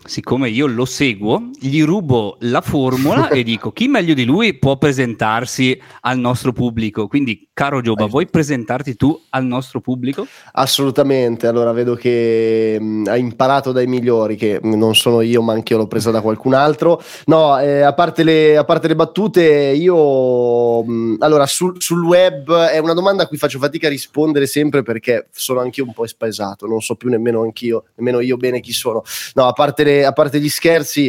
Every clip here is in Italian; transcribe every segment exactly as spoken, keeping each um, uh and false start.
siccome io lo seguo, gli rubo la formula e dico chi meglio di lui può presentarsi al nostro pubblico. Quindi, caro Giobba, vuoi presentarti tu al nostro pubblico? Assolutamente, allora vedo che mh, hai imparato dai migliori, che mh, non sono io, ma anche io l'ho presa da qualcun altro. No, eh, a parte le, a parte le battute, io mh, allora sul, sul web è una domanda a cui faccio fatica a rispondere sempre, perché sono anch'io un po' spaesato, non so più nemmeno anch'io, nemmeno io bene chi sono. No, a parte le A parte gli scherzi,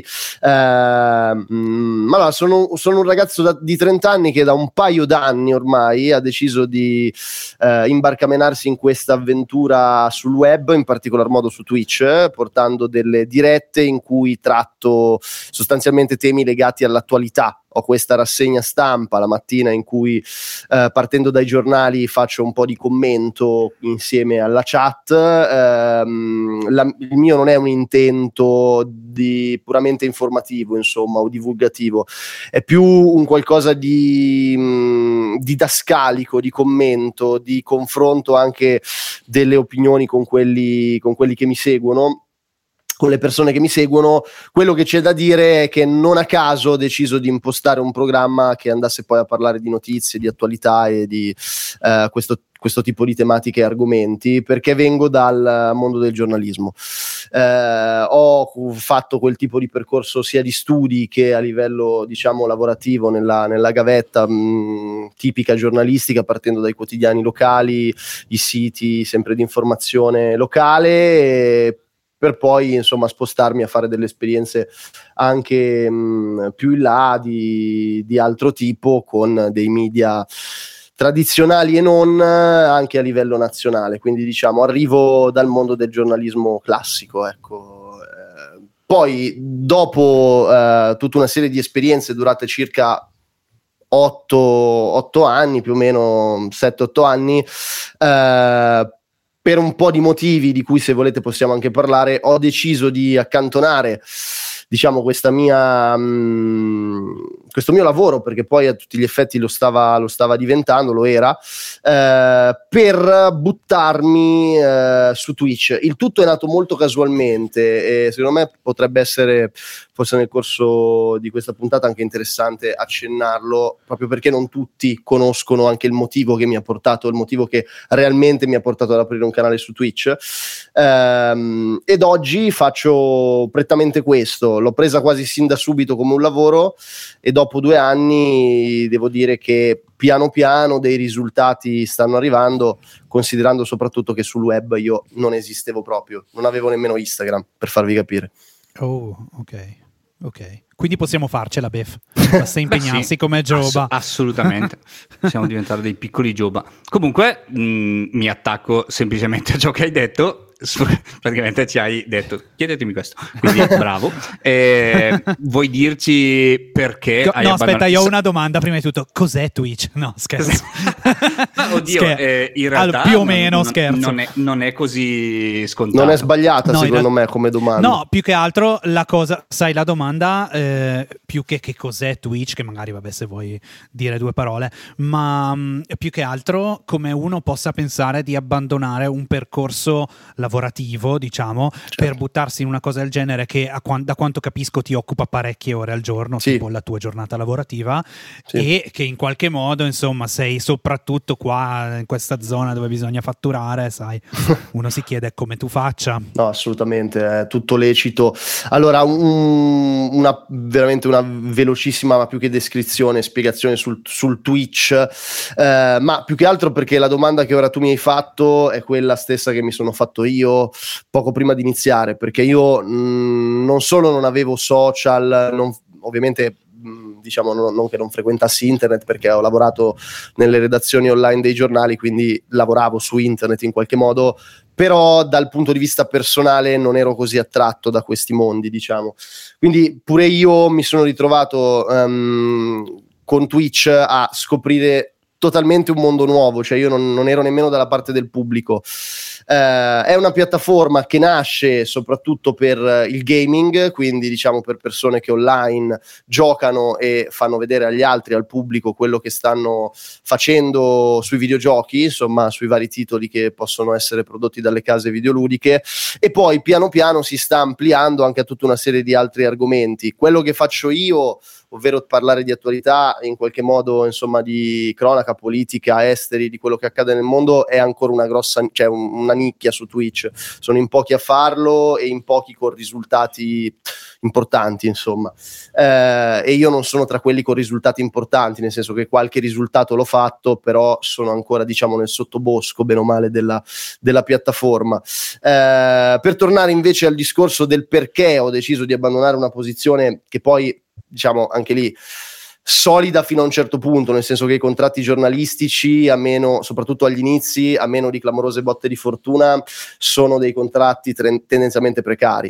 eh, mh, allora, sono, sono un ragazzo da, di trenta anni che da un paio d'anni ormai ha deciso di eh, imbarcamenarsi in questa avventura sul web, in particolar modo su Twitch, portando delle dirette in cui tratto sostanzialmente temi legati all'attualità. Ho questa rassegna stampa la mattina in cui eh, partendo dai giornali faccio un po' di commento insieme alla chat. ehm, la, il mio non è un intento di puramente informativo, insomma, o divulgativo, è più un qualcosa di mh, didascalico, di commento, di confronto anche delle opinioni con quelli, con quelli che mi seguono, con le persone che mi seguono. Quello che c'è da dire è che non a caso ho deciso di impostare un programma che andasse poi a parlare di notizie, di attualità e di eh, questo, questo tipo di tematiche e argomenti, perché vengo dal mondo del giornalismo. Eh, ho fatto quel tipo di percorso sia di studi che a livello, diciamo, lavorativo nella, nella gavetta mh, tipica giornalistica, partendo dai quotidiani locali, i siti sempre di informazione locale, e per poi insomma spostarmi a fare delle esperienze anche mh, più in là di, di altro tipo, con dei media tradizionali e non, anche a livello nazionale. Quindi diciamo arrivo dal mondo del giornalismo classico, ecco. Eh, poi dopo eh, tutta una serie di esperienze durate circa otto anni, più o meno sette otto anni, eh, per un po' di motivi di cui, se volete, possiamo anche parlare, ho deciso di accantonare, diciamo, questa mia mh, questo mio lavoro, perché poi a tutti gli effetti lo stava, lo stava diventando, lo era, eh, per buttarmi eh, su Twitch. Il tutto è nato molto casualmente e secondo me potrebbe essere, forse nel corso di questa puntata, anche interessante accennarlo, proprio perché non tutti conoscono anche il motivo che mi ha portato, il motivo che realmente mi ha portato ad aprire un canale su Twitch. Ehm, ed oggi faccio prettamente questo. L'ho presa quasi sin da subito come un lavoro e dopo due anni devo dire che piano piano dei risultati stanno arrivando, considerando soprattutto che sul web io non esistevo proprio, non avevo nemmeno Instagram, per farvi capire. Oh, ok. Ok, quindi possiamo farcela, Bef. Basta impegnarsi sì, come Giobba. Ass- assolutamente, possiamo diventare dei piccoli Giobba. Comunque mh, mi attacco semplicemente a ciò che hai detto. Praticamente ci hai detto chiedetemi questo, quindi bravo. Eh, vuoi dirci perché? No, hai no abbandon- aspetta, io ho una domanda prima di tutto. Cos'è Twitch? No, scherzo. Oddio, Scher- eh, in realtà All, più o meno non, scherzo. Non è, non è così scontato. Non è sbagliata, no, secondo realtà, me, come domanda. No, più che altro la cosa, sai, la domanda eh, più che che cos'è Twitch, che magari vabbè se vuoi dire due parole, ma mh, più che altro come uno possa pensare di abbandonare un percorso lavorativo, diciamo, certo, per buttarsi in una cosa del genere che a qu- da quanto capisco ti occupa parecchie ore al giorno, sì, tipo la tua giornata lavorativa, sì, e che in qualche modo insomma sei soprattutto qua in questa zona dove bisogna fatturare, sai, uno si chiede come tu faccia. No, assolutamente, è tutto lecito. Allora, un, una veramente una velocissima, ma più che descrizione, spiegazione sul, sul Twitch, eh, ma più che altro perché la domanda che ora tu mi hai fatto è quella stessa che mi sono fatto io poco prima di iniziare, perché io mh, non solo non avevo social, non, ovviamente mh, diciamo non, non che non frequentassi internet, perché ho lavorato nelle redazioni online dei giornali, quindi lavoravo su internet in qualche modo, però dal punto di vista personale non ero così attratto da questi mondi, diciamo. Quindi pure io mi sono ritrovato um, con Twitch a scoprire totalmente un mondo nuovo, cioè io non, non ero nemmeno dalla parte del pubblico. Eh, è una piattaforma che nasce soprattutto per il gaming, quindi diciamo per persone che online giocano e fanno vedere agli altri, al pubblico, quello che stanno facendo sui videogiochi, insomma sui vari titoli che possono essere prodotti dalle case videoludiche, e poi piano piano si sta ampliando anche a tutta una serie di altri argomenti. Quello che faccio io, ovvero parlare di attualità, in qualche modo insomma di cronaca politica, esteri, di quello che accade nel mondo, è ancora una grossa, cioè un, una nicchia su Twitch. Sono in pochi a farlo e in pochi con risultati importanti, insomma, eh, e io non sono tra quelli con risultati importanti, nel senso che qualche risultato l'ho fatto, però sono ancora diciamo nel sottobosco bene o male della, della piattaforma. Eh, per tornare invece al discorso del perché ho deciso di abbandonare una posizione che poi diciamo anche lì solida fino a un certo punto, nel senso che i contratti giornalistici, a meno, soprattutto agli inizi, a meno di clamorose botte di fortuna, sono dei contratti tre- tendenzialmente precari,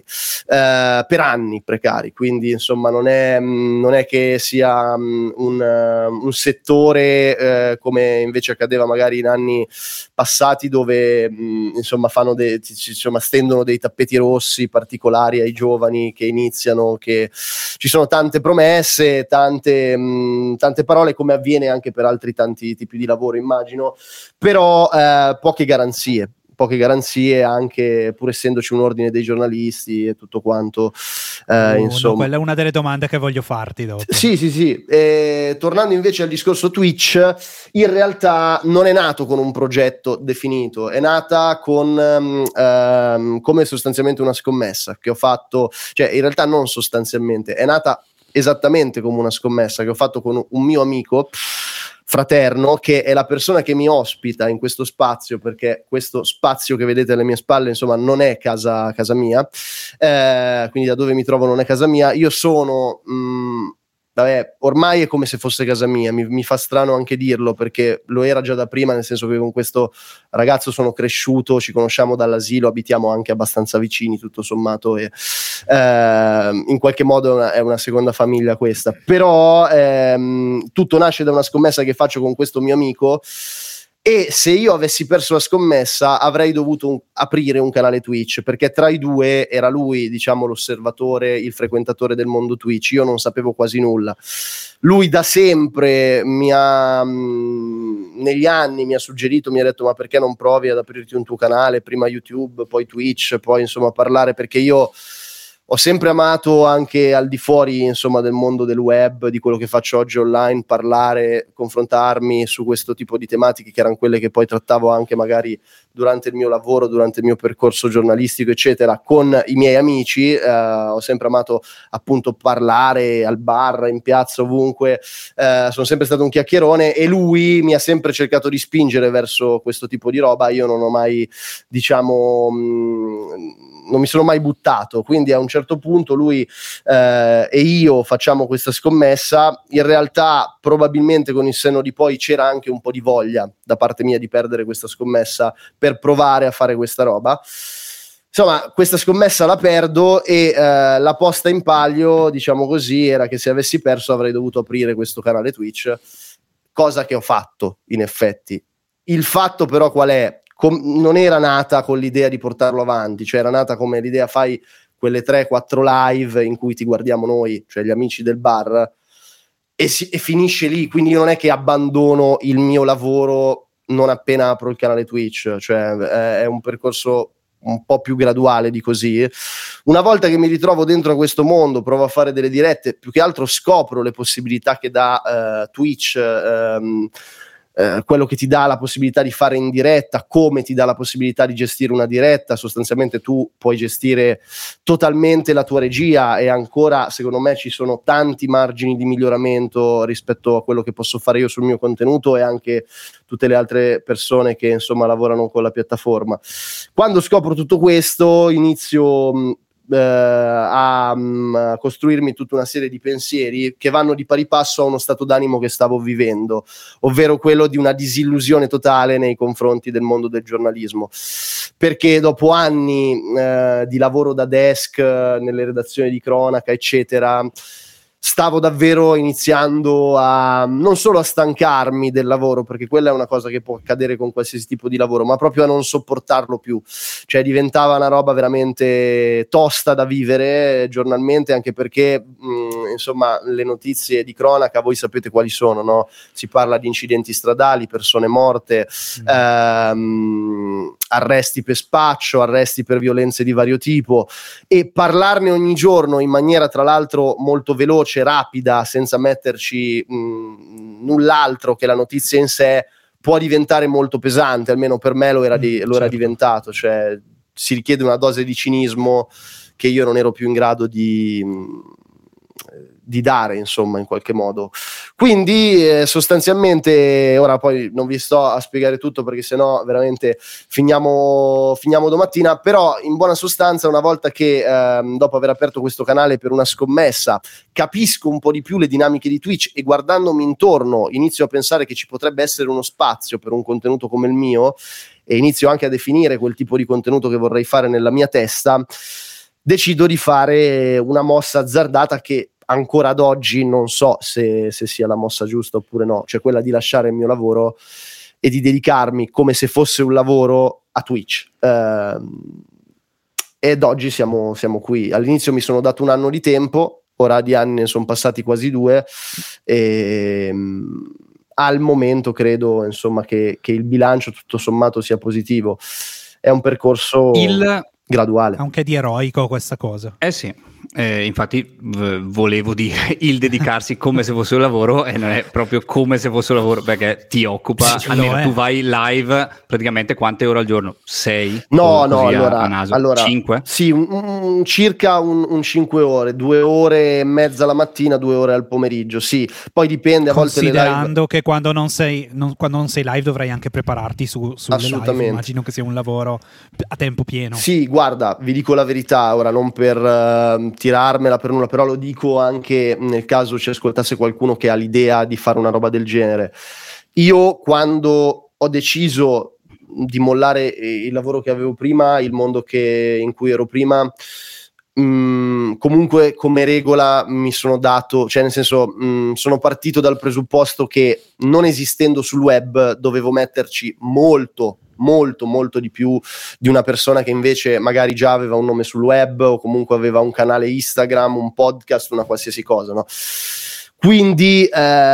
eh, per anni precari, quindi insomma non è, non è che sia um, un, uh, un settore eh, come invece accadeva magari in anni passati, dove mh, insomma fanno de- insomma stendono dei tappeti rossi particolari ai giovani che iniziano, che ci sono tante promesse, tante tante parole, come avviene anche per altri tanti tipi di lavoro, immagino, però eh, poche garanzie poche garanzie anche pur essendoci un ordine dei giornalisti e tutto quanto, eh, uh, insomma. No, quella è una delle domande che voglio farti dopo. Sì, sì, sì. E, tornando invece al discorso Twitch, in realtà non è nato con un progetto definito, è nata con um, um, come sostanzialmente una scommessa che ho fatto, cioè in realtà non sostanzialmente, è nata esattamente come una scommessa che ho fatto con un mio amico fraterno, che è la persona che mi ospita in questo spazio, perché questo spazio che vedete alle mie spalle insomma non è casa, casa mia, eh, quindi da dove mi trovo non è casa mia. Io sono mh, vabbè, ormai è come se fosse casa mia, mi, mi fa strano anche dirlo perché lo era già da prima, nel senso che con questo ragazzo sono cresciuto, ci conosciamo dall'asilo, abitiamo anche abbastanza vicini tutto sommato, e eh, in qualche modo è una, è una seconda famiglia questa, però ehm, tutto nasce da una scommessa che faccio con questo mio amico. E se io avessi perso la scommessa avrei dovuto un, aprire un canale Twitch, perché tra i due era lui, diciamo, l'osservatore, il frequentatore del mondo Twitch. Io non sapevo quasi nulla. Lui da sempre mi ha mh, negli anni mi ha suggerito, mi ha detto: ma perché non provi ad aprirti un tuo canale, prima YouTube, poi Twitch, poi insomma parlare, perché io ho sempre amato, anche al di fuori insomma del mondo del web, di quello che faccio oggi online, parlare, confrontarmi su questo tipo di tematiche, che erano quelle che poi trattavo anche magari durante il mio lavoro, durante il mio percorso giornalistico eccetera, con i miei amici. Eh, ho sempre amato appunto parlare al bar, in piazza, ovunque, eh, sono sempre stato un chiacchierone e lui mi ha sempre cercato di spingere verso questo tipo di roba. Io non ho mai, diciamo, mh, non mi sono mai buttato, quindi a un certo punto lui eh, e io facciamo questa scommessa. In realtà probabilmente con il senno di poi c'era anche un po' di voglia da parte mia di perdere questa scommessa per provare a fare questa roba. Insomma, questa scommessa la perdo e eh, la posta in palio, diciamo così, era che se avessi perso avrei dovuto aprire questo canale Twitch, cosa che ho fatto in effetti. Il fatto però qual è? Com- non era nata con l'idea di portarlo avanti, cioè era nata come l'idea: fai quelle tre quattro live in cui ti guardiamo noi, cioè gli amici del bar, e, si- e finisce lì. Quindi io non è che abbandono il mio lavoro non appena apro il canale Twitch, cioè è, è un percorso un po' più graduale di così. Una volta che mi ritrovo dentro questo mondo, provo a fare delle dirette, più che altro scopro le possibilità che dà uh, Twitch, um, Uh, quello che ti dà la possibilità di fare in diretta, come ti dà la possibilità di gestire una diretta. Sostanzialmente tu puoi gestire totalmente la tua regia e ancora secondo me ci sono tanti margini di miglioramento rispetto a quello che posso fare io sul mio contenuto e anche tutte le altre persone che insomma lavorano con la piattaforma. Quando scopro tutto questo inizio mh, Uh, a um, costruirmi tutta una serie di pensieri che vanno di pari passo a uno stato d'animo che stavo vivendo, ovvero quello di una disillusione totale nei confronti del mondo del giornalismo, perché dopo anni uh, di lavoro da desk uh, nelle redazioni di cronaca eccetera, stavo davvero iniziando a non solo a stancarmi del lavoro, perché quella è una cosa che può accadere con qualsiasi tipo di lavoro, ma proprio a non sopportarlo più, cioè diventava una roba veramente tosta da vivere giornalmente, anche perché mh, insomma le notizie di cronaca voi sapete quali sono, no? Si parla di incidenti stradali, persone morte, mm. ehm, arresti per spaccio, arresti per violenze di vario tipo, e parlarne ogni giorno in maniera tra l'altro molto veloce, rapida, senza metterci mh, null'altro che la notizia in sé, può diventare molto pesante. Almeno per me lo era, di, lo era certo. diventato, cioè si richiede una dose di cinismo che io non ero più in grado di di dare, insomma, in qualche modo. Quindi eh, sostanzialmente, ora poi non vi sto a spiegare tutto perché sennò veramente finiamo, finiamo domattina, però in buona sostanza, una volta che eh, dopo aver aperto questo canale per una scommessa capisco un po' di più le dinamiche di Twitch e guardandomi intorno inizio a pensare che ci potrebbe essere uno spazio per un contenuto come il mio e inizio anche a definire quel tipo di contenuto che vorrei fare nella mia testa, decido di fare una mossa azzardata che ancora ad oggi non so se, se sia la mossa giusta oppure no, cioè quella di lasciare il mio lavoro e di dedicarmi come se fosse un lavoro a Twitch. Ehm, ed oggi siamo, siamo qui. All'inizio mi sono dato un anno di tempo, ora di anni ne sono passati quasi due e um, al momento credo insomma che, che il bilancio tutto sommato sia positivo. È un percorso il... graduale. Anche di eroico questa cosa. Eh sì. Eh, infatti v- volevo dire il dedicarsi come se fosse un lavoro e non è proprio come se fosse un lavoro perché ti occupa, sì, almeno tu vai live praticamente quante ore al giorno? sei? No, no, allora, a naso? allora cinque? Sì, un, un, circa un, un cinque ore, due ore e mezza la mattina, due ore al pomeriggio, sì, poi dipende a volte le live. Considerando che quando non sei non, quando non sei live dovrai anche prepararti su, sulle live, immagino che sia un lavoro a tempo pieno. Sì, guarda, vi dico la verità, ora non per uh, tirarmela per nulla, però lo dico anche nel caso ci ascoltasse qualcuno che ha l'idea di fare una roba del genere. Io quando ho deciso di mollare il lavoro che avevo prima, il mondo che, in cui ero prima, mh, comunque come regola mi sono dato, cioè nel senso mh, sono partito dal presupposto che non esistendo sul web dovevo metterci molto molto molto di più di una persona che invece magari già aveva un nome sul web o comunque aveva un canale Instagram, un podcast, una qualsiasi cosa, no? Quindi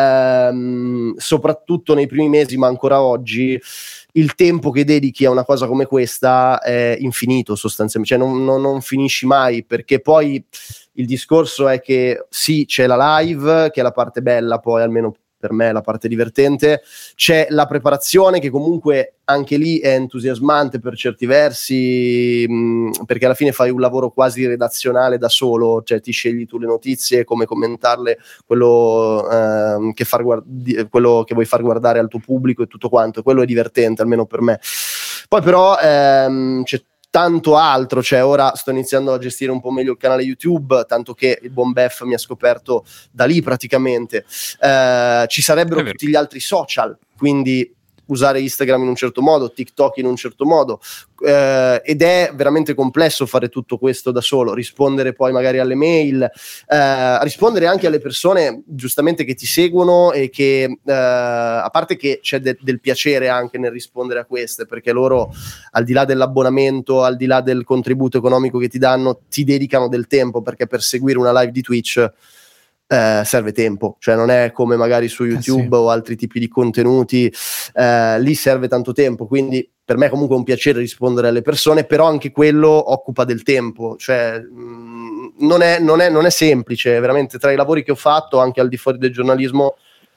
ehm, soprattutto nei primi mesi, ma ancora oggi, il tempo che dedichi a una cosa come questa è infinito sostanzialmente, cioè non, non, non finisci mai, perché poi il discorso è che sì, c'è la live che è la parte bella, poi almeno per me la parte divertente, c'è la preparazione che comunque anche lì è entusiasmante per certi versi, mh, perché alla fine fai un lavoro quasi redazionale da solo, cioè ti scegli tu le notizie, come commentarle, quello, eh, che, far guard- quello che vuoi far guardare al tuo pubblico e tutto quanto, quello è divertente almeno per me. Poi però ehm, c'è tanto altro, cioè ora sto iniziando a gestire un po' meglio il canale YouTube, tanto che il buon Beff mi ha scoperto da lì praticamente. Eh, ci sarebbero tutti gli altri social, quindi usare Instagram in un certo modo, TikTok in un certo modo, eh, ed è veramente complesso fare tutto questo da solo, rispondere poi magari alle mail, eh, rispondere anche alle persone giustamente che ti seguono e che eh, a parte che c'è de- del piacere anche nel rispondere a queste, perché loro al di là dell'abbonamento, al di là del contributo economico che ti danno, ti dedicano del tempo, perché per seguire una live di Twitch Eh, serve tempo, cioè non è come magari su YouTube eh sì. o altri tipi di contenuti, eh, lì serve tanto tempo, quindi per me è comunque un piacere rispondere alle persone, però anche quello occupa del tempo, cioè mh, non, è, non, è, non è semplice, veramente tra i lavori che ho fatto anche al di fuori del giornalismo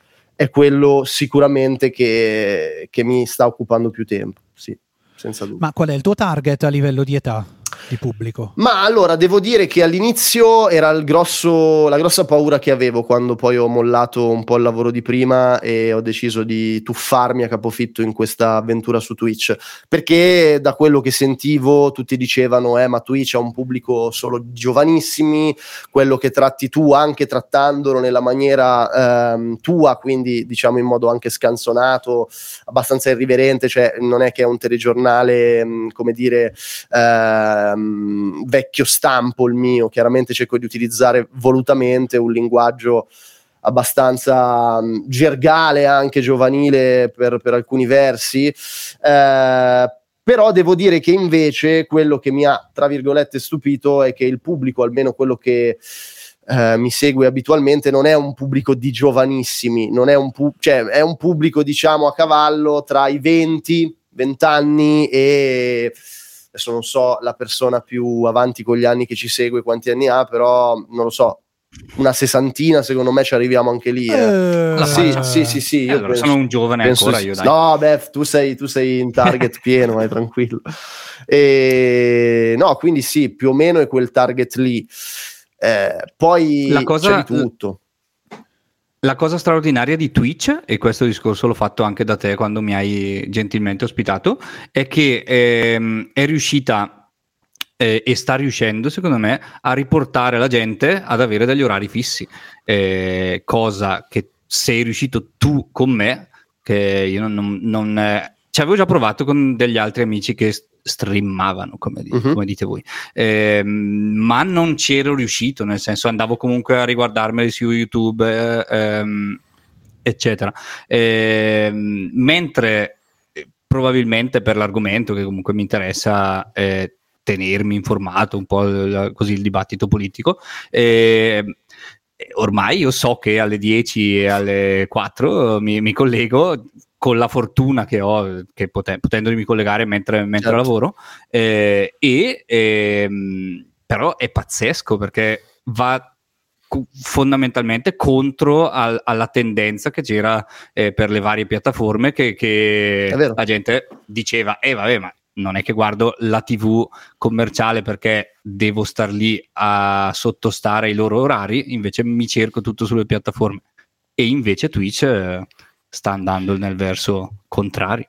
è quello sicuramente che, che mi sta occupando più tempo, sì, senza dubbio. Ma qual è il tuo target a livello di età? Di pubblico? Ma allora devo dire che all'inizio era il grosso, la grossa paura che avevo quando poi ho mollato un po' il lavoro di prima e ho deciso di tuffarmi a capofitto in questa avventura su Twitch, perché da quello che sentivo tutti dicevano eh ma Twitch ha un pubblico solo giovanissimi, quello che tratti tu anche trattandolo nella maniera ehm, tua, quindi diciamo in modo anche scanzonato, abbastanza irriverente, cioè non è che è un telegiornale mh, come dire eh, ehm, vecchio stampo il mio, chiaramente cerco di utilizzare volutamente un linguaggio abbastanza um, gergale, anche giovanile per, per alcuni versi, eh, però devo dire che invece quello che mi ha tra virgolette stupito è che il pubblico, almeno quello che eh, mi segue abitualmente, non è un pubblico di giovanissimi, non è un, pu- cioè, è un pubblico diciamo a cavallo tra i venti anni e adesso non so la persona più avanti con gli anni che ci segue quanti anni ha, però non lo so, una sessantina secondo me ci arriviamo anche lì, eh. Eh, sì, sì sì sì eh, io allora, penso, sono un giovane ancora sì. io, dai. No beh, tu sei, tu sei in target pieno, vai tranquillo, e no, quindi sì, più o meno è quel target lì, eh, poi la cosa, c'è di tutto. La cosa straordinaria di Twitch, e questo discorso l'ho fatto anche da te quando mi hai gentilmente ospitato, è che ehm, è riuscita Eh, e sta riuscendo secondo me a riportare la gente ad avere degli orari fissi, eh, cosa che sei riuscito tu con me, che io non, non, non eh, ci avevo già provato con degli altri amici che streamavano come, di, uh-huh. come dite voi, eh, ma non c'ero riuscito, nel senso andavo comunque a riguardarmeli su YouTube eh, ehm, eccetera, eh, mentre eh, probabilmente per l'argomento che comunque mi interessa eh, tenermi informato un po' l- così il dibattito politico, e ormai io so che alle dieci e alle quattro mi, mi collego con la fortuna che ho, che poten- potendomi collegare mentre, mentre certo. lavoro, eh, e ehm, però è pazzesco perché va fondamentalmente contro al, alla tendenza che c'era eh, per le varie piattaforme, che, che la gente diceva eh vabbè, ma non è che guardo la tivù commerciale perché devo star lì a sottostare ai loro orari, invece mi cerco tutto sulle piattaforme, e invece Twitch eh, sta andando nel verso contrario.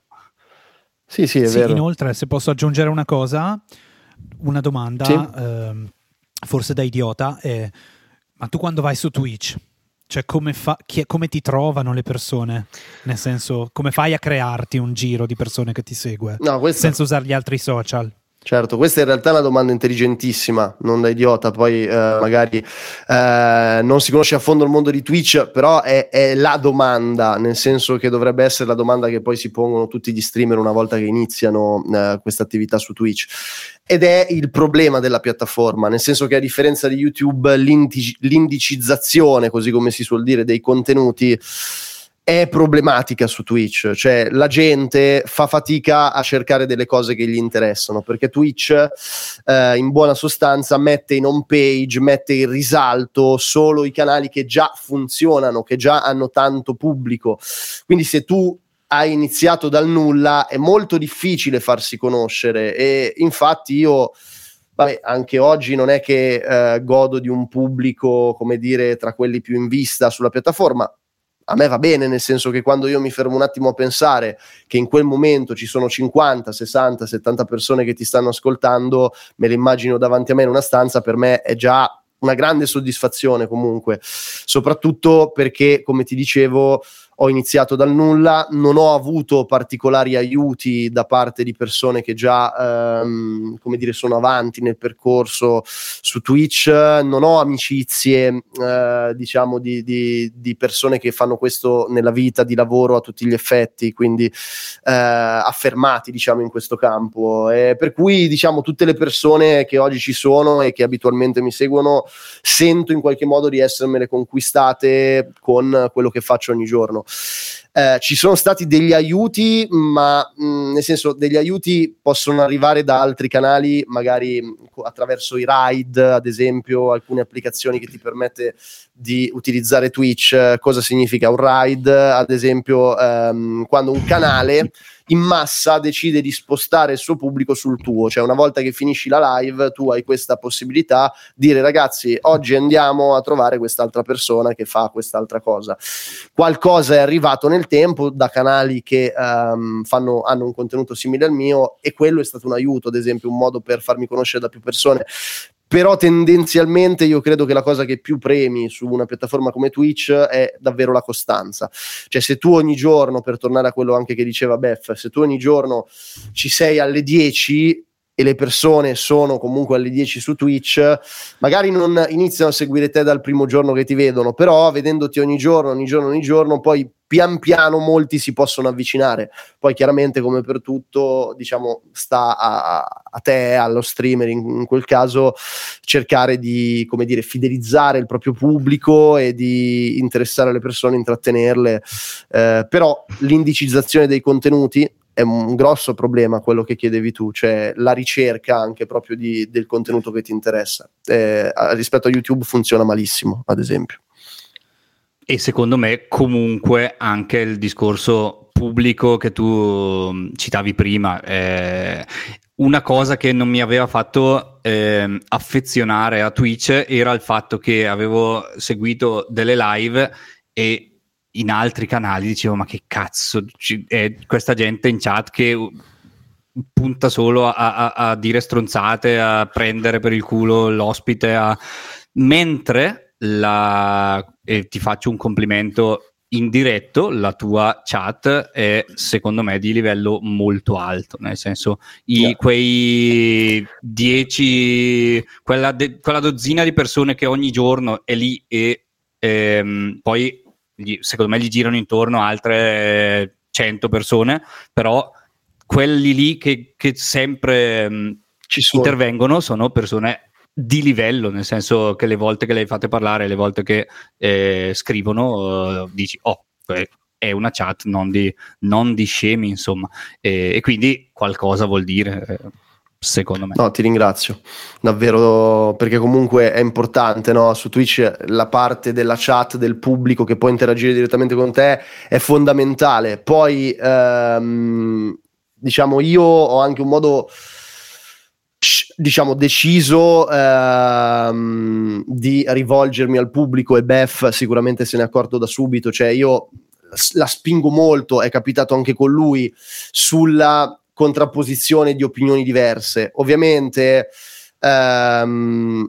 Sì, sì, è sì, vero. Inoltre, se posso aggiungere una cosa, una domanda, sì. ehm, forse da idiota, è: ma tu quando vai su Twitch, cioè come, fa, chi, come ti trovano le persone? Nel senso, come fai a crearti un giro di persone che ti segue no, questa... senza usare gli altri social? Certo, questa in realtà è una domanda intelligentissima, non da idiota, poi eh, magari eh, non si conosce a fondo il mondo di Twitch, però è, è la domanda, nel senso che dovrebbe essere la domanda che poi si pongono tutti gli streamer una volta che iniziano eh, questa attività su Twitch, ed è il problema della piattaforma, nel senso che a differenza di YouTube l'indici- l'indicizzazione, così come si suol dire, dei contenuti è problematica su Twitch, cioè la gente fa fatica a cercare delle cose che gli interessano, perché Twitch eh, in buona sostanza mette in home page, mette in risalto solo i canali che già funzionano, che già hanno tanto pubblico, quindi se tu hai iniziato dal nulla è molto difficile farsi conoscere, e infatti io vabbè, anche oggi non è che eh, godo di un pubblico, come dire, tra quelli più in vista sulla piattaforma. A me va bene, nel senso che quando io mi fermo un attimo a pensare che in quel momento ci sono cinquanta, sessanta, settanta persone che ti stanno ascoltando, me le immagino davanti a me in una stanza, per me è già una grande soddisfazione comunque, soprattutto perché, come ti dicevo, ho iniziato dal nulla, non ho avuto particolari aiuti da parte di persone che già ehm, come dire sono avanti nel percorso su Twitch, non ho amicizie eh, diciamo di, di, di persone che fanno questo nella vita di lavoro a tutti gli effetti, quindi eh, affermati diciamo in questo campo, e per cui diciamo tutte le persone che oggi ci sono e che abitualmente mi seguono sento in qualche modo di essermele conquistate con quello che faccio ogni giorno. Eh, ci sono stati degli aiuti, ma mh, nel senso, degli aiuti possono arrivare da altri canali, magari mh, attraverso i ride, ad esempio, alcune applicazioni che ti permette di utilizzare Twitch. Cosa significa un ride? Ad esempio, ehm, quando un canale in massa decide di spostare il suo pubblico sul tuo, cioè una volta che finisci la live tu hai questa possibilità di dire: ragazzi, oggi andiamo a trovare quest'altra persona che fa quest'altra cosa. Qualcosa è arrivato nel tempo da canali che um, fanno, hanno un contenuto simile al mio, e quello è stato un aiuto, ad esempio un modo per farmi conoscere da più persone. Però tendenzialmente io credo che la cosa che più premi su una piattaforma come Twitch è davvero la costanza. Cioè, se tu ogni giorno, per tornare a quello anche che diceva Beth, se tu ogni giorno ci sei alle dieci, e le persone sono comunque alle dieci su Twitch, magari non iniziano a seguire te dal primo giorno che ti vedono, però vedendoti ogni giorno, ogni giorno, ogni giorno, poi pian piano molti si possono avvicinare. Poi chiaramente, come per tutto, diciamo, sta a, a te, allo streamer in, in quel caso, cercare di, come dire, fidelizzare il proprio pubblico e di interessare le persone, intrattenerle, eh, però l'indicizzazione dei contenuti è un grosso problema, quello che chiedevi tu, cioè la ricerca anche proprio di, del contenuto che ti interessa. Eh, rispetto a YouTube funziona malissimo, ad esempio. E secondo me comunque anche il discorso pubblico che tu citavi prima, eh, una cosa che non mi aveva fatto eh, affezionare a Twitch era il fatto che avevo seguito delle live e in altri canali dicevo ma che cazzo è questa gente in chat che punta solo a, a, a dire stronzate, a prendere per il culo l'ospite, a... mentre la... e ti faccio un complimento in diretto, la tua chat è secondo me di livello molto alto, nel senso i, yeah. quei dieci quella, de, quella dozzina di persone che ogni giorno è lì e ehm, poi secondo me gli girano intorno altre cento persone, però quelli lì che, che sempre mh, ci sono. intervengono sono persone di livello, nel senso che le volte che le fate parlare, le volte che eh, scrivono, uh, dici oh, è una chat non di, non di scemi, insomma, e, e quindi qualcosa vuol dire, eh, secondo me. No, ti ringrazio davvero, perché comunque è importante, no? Su Twitch la parte della chat del pubblico che può interagire direttamente con te è fondamentale. Poi ehm, diciamo io ho anche un modo diciamo deciso ehm, di rivolgermi al pubblico, e Beth sicuramente se ne è accorto da subito, cioè io la spingo molto, è capitato anche con lui, sulla contrapposizione di opinioni diverse. Ovviamente ehm,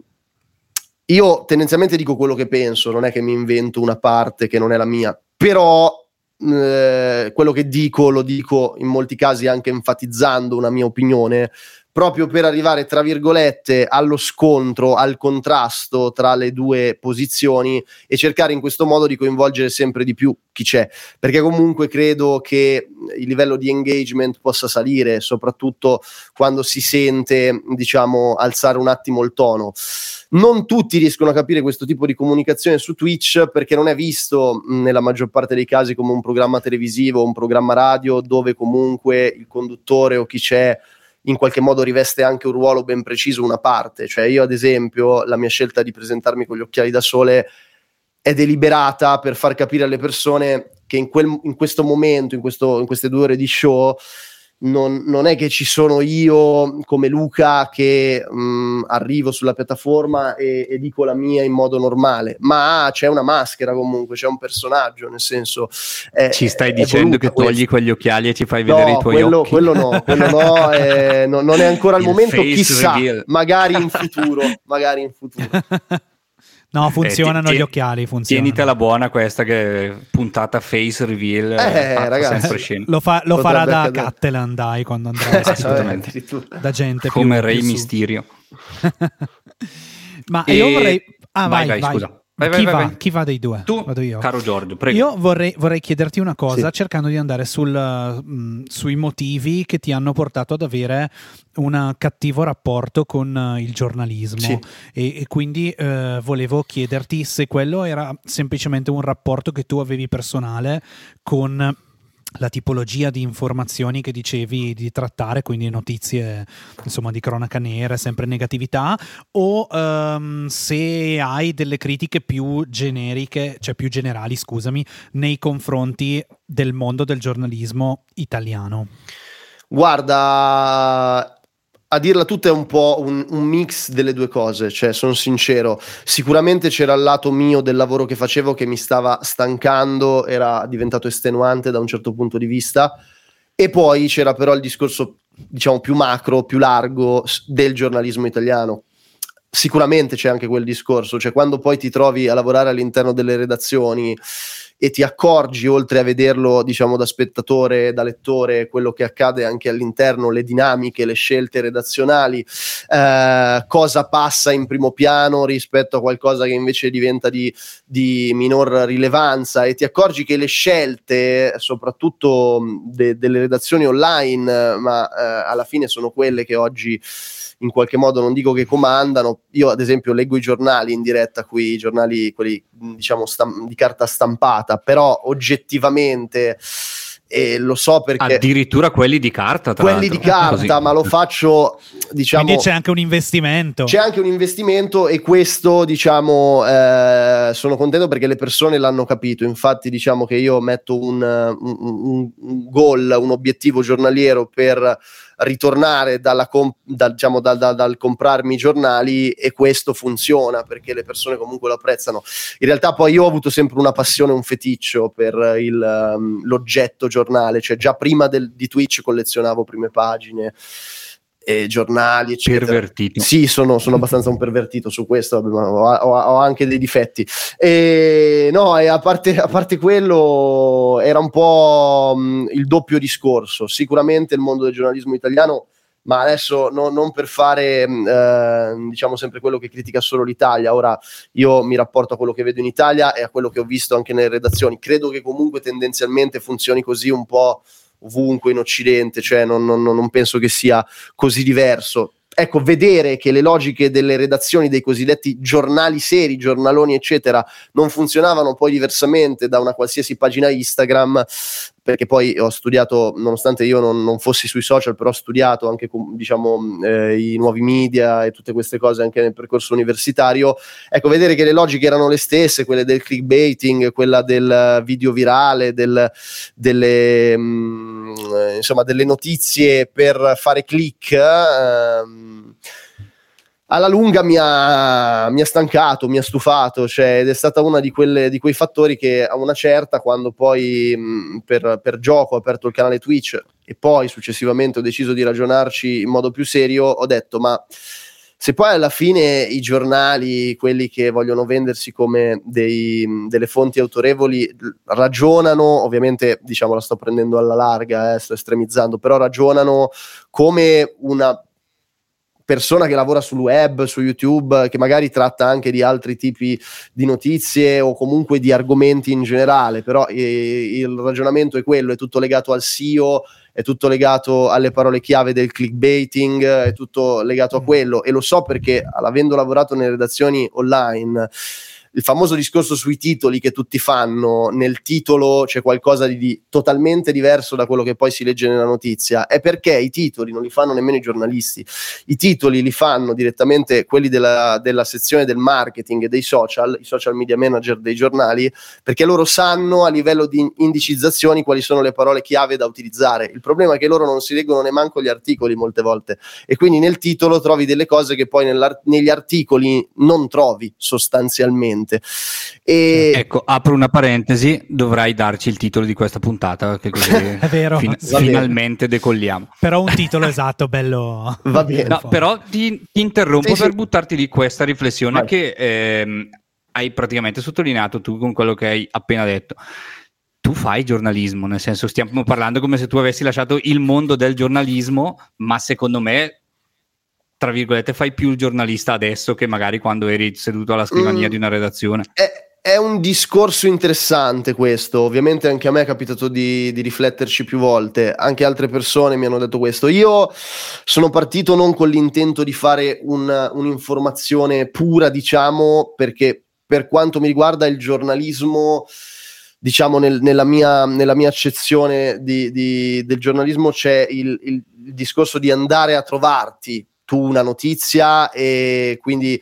io tendenzialmente dico quello che penso, non è che mi invento una parte che non è la mia, però eh, quello che dico lo dico in molti casi anche enfatizzando una mia opinione, proprio per arrivare tra virgolette allo scontro, al contrasto tra le due posizioni e cercare in questo modo di coinvolgere sempre di più chi c'è, perché comunque credo che il livello di engagement possa salire, soprattutto quando si sente, diciamo, alzare un attimo il tono. Non tutti riescono a capire questo tipo di comunicazione su Twitch, perché non è visto nella maggior parte dei casi come un programma televisivo, un programma radio, dove comunque il conduttore o chi c'è in qualche modo riveste anche un ruolo ben preciso, una parte. Cioè io ad esempio la mia scelta di presentarmi con gli occhiali da sole è deliberata per far capire alle persone che in, quel, in questo momento, in, questo, in queste due ore di show, non, non è che ci sono io come Luca che mh, arrivo sulla piattaforma e, e dico la mia in modo normale, ma c'è una maschera, comunque c'è un personaggio, nel senso è, ci stai dicendo che togli questo. quegli occhiali e ci fai vedere no, i tuoi quello, occhi? quello no, quello no, eh, no, non è ancora il, il momento, chissà, reveal. magari in futuro, magari in futuro. No, funzionano eh, gli occhiali, funzionano. Tienitela buona questa che è puntata face reveal, eh, ragazzi, lo, fa, lo farà da accadere. Catalan, dai, quando andrà assolutamente da gente come più, Re più Mysterio. Ma e... io vorrei ah, vai, vai, vai, vai. scusa. Vai, chi, vai, va? vai. Chi va dei due? Tu, vado io. caro Giorgio, prego. Io vorrei, vorrei chiederti una cosa, sì. cercando di andare sul, mh, sui motivi che ti hanno portato ad avere un cattivo rapporto con uh, il giornalismo, sì. e, e quindi uh, volevo chiederti se quello era semplicemente un rapporto che tu avevi personale con la tipologia di informazioni che dicevi di trattare, quindi notizie insomma di cronaca nera, sempre negatività, o um, se hai delle critiche più generiche, cioè più generali, scusami, nei confronti del mondo del giornalismo italiano. Guarda, a dirla tutta è un po' un, un mix delle due cose, cioè sono sincero, sicuramente c'era il lato mio del lavoro che facevo che mi stava stancando, era diventato estenuante da un certo punto di vista, e poi c'era però il discorso diciamo più macro, più largo del giornalismo italiano. Sicuramente c'è anche quel discorso, cioè quando poi ti trovi a lavorare all'interno delle redazioni e ti accorgi, oltre a vederlo diciamo da spettatore, da lettore, quello che accade anche all'interno, le dinamiche, le scelte redazionali, eh, cosa passa in primo piano rispetto a qualcosa che invece diventa di, di minor rilevanza, e ti accorgi che le scelte, soprattutto de- delle redazioni online, ma eh, alla fine sono quelle che oggi in qualche modo, non dico che comandano. Io ad esempio leggo i giornali in diretta qui, i giornali quelli diciamo stam- di carta stampata, però oggettivamente e lo so perché addirittura quelli di carta, tra quelli l'altro. di carta, Così. ma lo faccio diciamo, quindi c'è anche un investimento c'è anche un investimento, e questo diciamo eh, sono contento perché le persone l'hanno capito. Infatti diciamo che io metto un, un, un, un goal, un obiettivo giornaliero per ritornare dalla comp- da, diciamo, da, da, dal comprarmi i giornali, e questo funziona perché le persone comunque lo apprezzano. In realtà poi io ho avuto sempre una passione, un feticcio per il, um, l'oggetto giornale, cioè già prima del, di Twitch collezionavo prime pagine e giornali eccetera. Pervertito. Sì, sono, sono abbastanza un pervertito su questo, vabbè, ma ho, ho, ho anche dei difetti, e no, e a parte, a parte quello era un po' mh, il doppio discorso. Sicuramente il mondo del giornalismo italiano, ma adesso no, non per fare eh, diciamo sempre quello che critica solo l'Italia. Ora io mi rapporto a quello che vedo in Italia e a quello che ho visto anche nelle redazioni. Credo che comunque tendenzialmente funzioni così un po' ovunque in Occidente, cioè non, non, non penso che sia così diverso. Ecco, vedere che le logiche delle redazioni dei cosiddetti giornali seri, giornaloni eccetera, non funzionavano poi diversamente da una qualsiasi pagina Instagram, perché poi ho studiato, nonostante io non, non fossi sui social, però ho studiato anche diciamo eh, i nuovi media e tutte queste cose anche nel percorso universitario. Ecco, vedere che le logiche erano le stesse, quelle del clickbaiting, quella del video virale, del, delle mh, insomma delle notizie per fare click, ehm, alla lunga mi ha, mi ha stancato, mi ha stufato, cioè, ed è stata una di quelle di quei fattori che a una certa, quando poi mh, per, per gioco ho aperto il canale Twitch e poi successivamente ho deciso di ragionarci in modo più serio, ho detto: ma se poi alla fine i giornali, quelli che vogliono vendersi come dei, delle fonti autorevoli, ragionano, ovviamente diciamo la sto prendendo alla larga, eh, sto estremizzando, però ragionano come una persona che lavora sul web, su YouTube, che magari tratta anche di altri tipi di notizie o comunque di argomenti in generale, però eh, il ragionamento è quello, è tutto legato al S E O, è tutto legato alle parole chiave del clickbaiting, è tutto legato a quello, e lo so perché, avendo lavorato nelle redazioni online, il famoso discorso sui titoli che tutti fanno, nel titolo c'è qualcosa di, di totalmente diverso da quello che poi si legge nella notizia, è perché i titoli non li fanno nemmeno i giornalisti, i titoli li fanno direttamente quelli della, della sezione del marketing e dei social, i social media manager dei giornali, perché loro sanno a livello di indicizzazioni quali sono le parole chiave da utilizzare. Il problema è che loro non si leggono neanche gli articoli molte volte, e quindi nel titolo trovi delle cose che poi negli articoli non trovi sostanzialmente. E ecco, apro una parentesi, dovrai darci il titolo di questa puntata, che così è vero, fin- sì. finalmente decolliamo. Però un titolo esatto, bello. Va bene. No, però ti, ti interrompo Sì, per sì. buttarti lì questa riflessione. Vai. Che ehm, hai praticamente sottolineato tu con quello che hai appena detto. Tu fai giornalismo, nel senso, stiamo parlando come se tu avessi lasciato il mondo del giornalismo, ma secondo me, tra virgolette, fai più il giornalista adesso che magari quando eri seduto alla scrivania mm, di una redazione. È, è un discorso interessante questo, ovviamente anche a me è capitato di, di rifletterci più volte, anche altre persone mi hanno detto questo. Io sono partito non con l'intento di fare un, un'informazione pura, diciamo, perché per quanto mi riguarda il giornalismo, diciamo nel, nella, mia, nella mia accezione di, di, del giornalismo c'è il, il, il discorso di andare a trovarti tu una notizia e quindi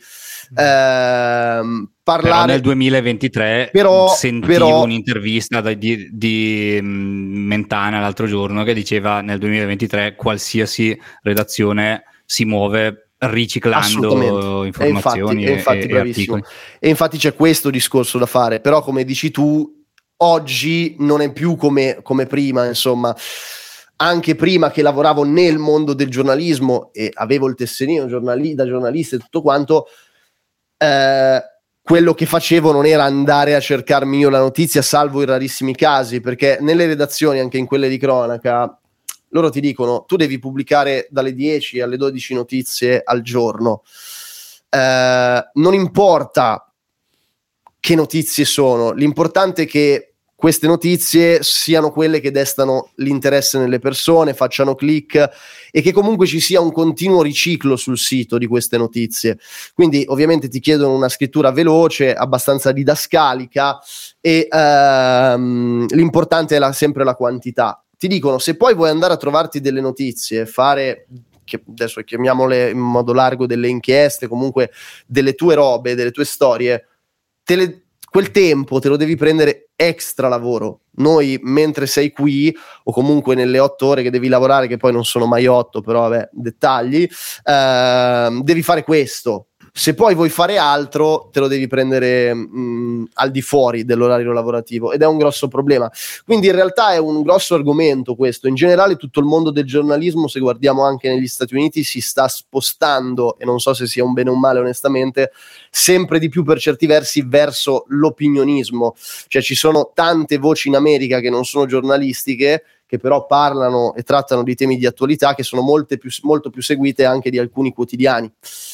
ehm, parlare. Però nel duemilaventitré però, sentivo però, un'intervista di, di, di Mentana l'altro giorno che diceva nel duemilaventitré qualsiasi redazione si muove riciclando informazioni e infatti, e, infatti, e, e articoli. E infatti c'è questo discorso da fare, però come dici tu oggi non è più come, come prima, insomma. Anche prima che lavoravo nel mondo del giornalismo e avevo il tesserino giornali- da giornalista e tutto quanto, eh, quello che facevo non era andare a cercarmi io la notizia, salvo i rarissimi casi, perché nelle redazioni, anche in quelle di cronaca, loro ti dicono tu devi pubblicare dalle dieci alle dodici notizie al giorno. Eh, non importa che notizie sono, l'importante è che queste notizie siano quelle che destano l'interesse nelle persone, facciano click e che comunque ci sia un continuo riciclo sul sito di queste notizie. Quindi ovviamente ti chiedono una scrittura veloce, abbastanza didascalica e ehm, l'importante è la, sempre la quantità. Ti dicono, se poi vuoi andare a trovarti delle notizie, fare, che adesso chiamiamole in modo largo, delle inchieste, comunque delle tue robe, delle tue storie, te le, quel tempo te lo devi prendere extra lavoro. Noi, mentre sei qui, o comunque nelle otto ore che devi lavorare, che poi non sono mai otto, però vabbè, dettagli, ehm, devi fare questo. Se poi vuoi fare altro, te lo devi prendere mh, al di fuori dell'orario lavorativo, ed è un grosso problema. Quindi in realtà è un grosso argomento questo. In generale tutto il mondo del giornalismo, se guardiamo anche negli Stati Uniti, si sta spostando, e non so se sia un bene o un male onestamente, sempre di più per certi versi verso l'opinionismo. Cioè ci sono tante voci in America che non sono giornalistiche, che però parlano e trattano di temi di attualità che sono molte più, molto più seguite anche di alcuni quotidiani.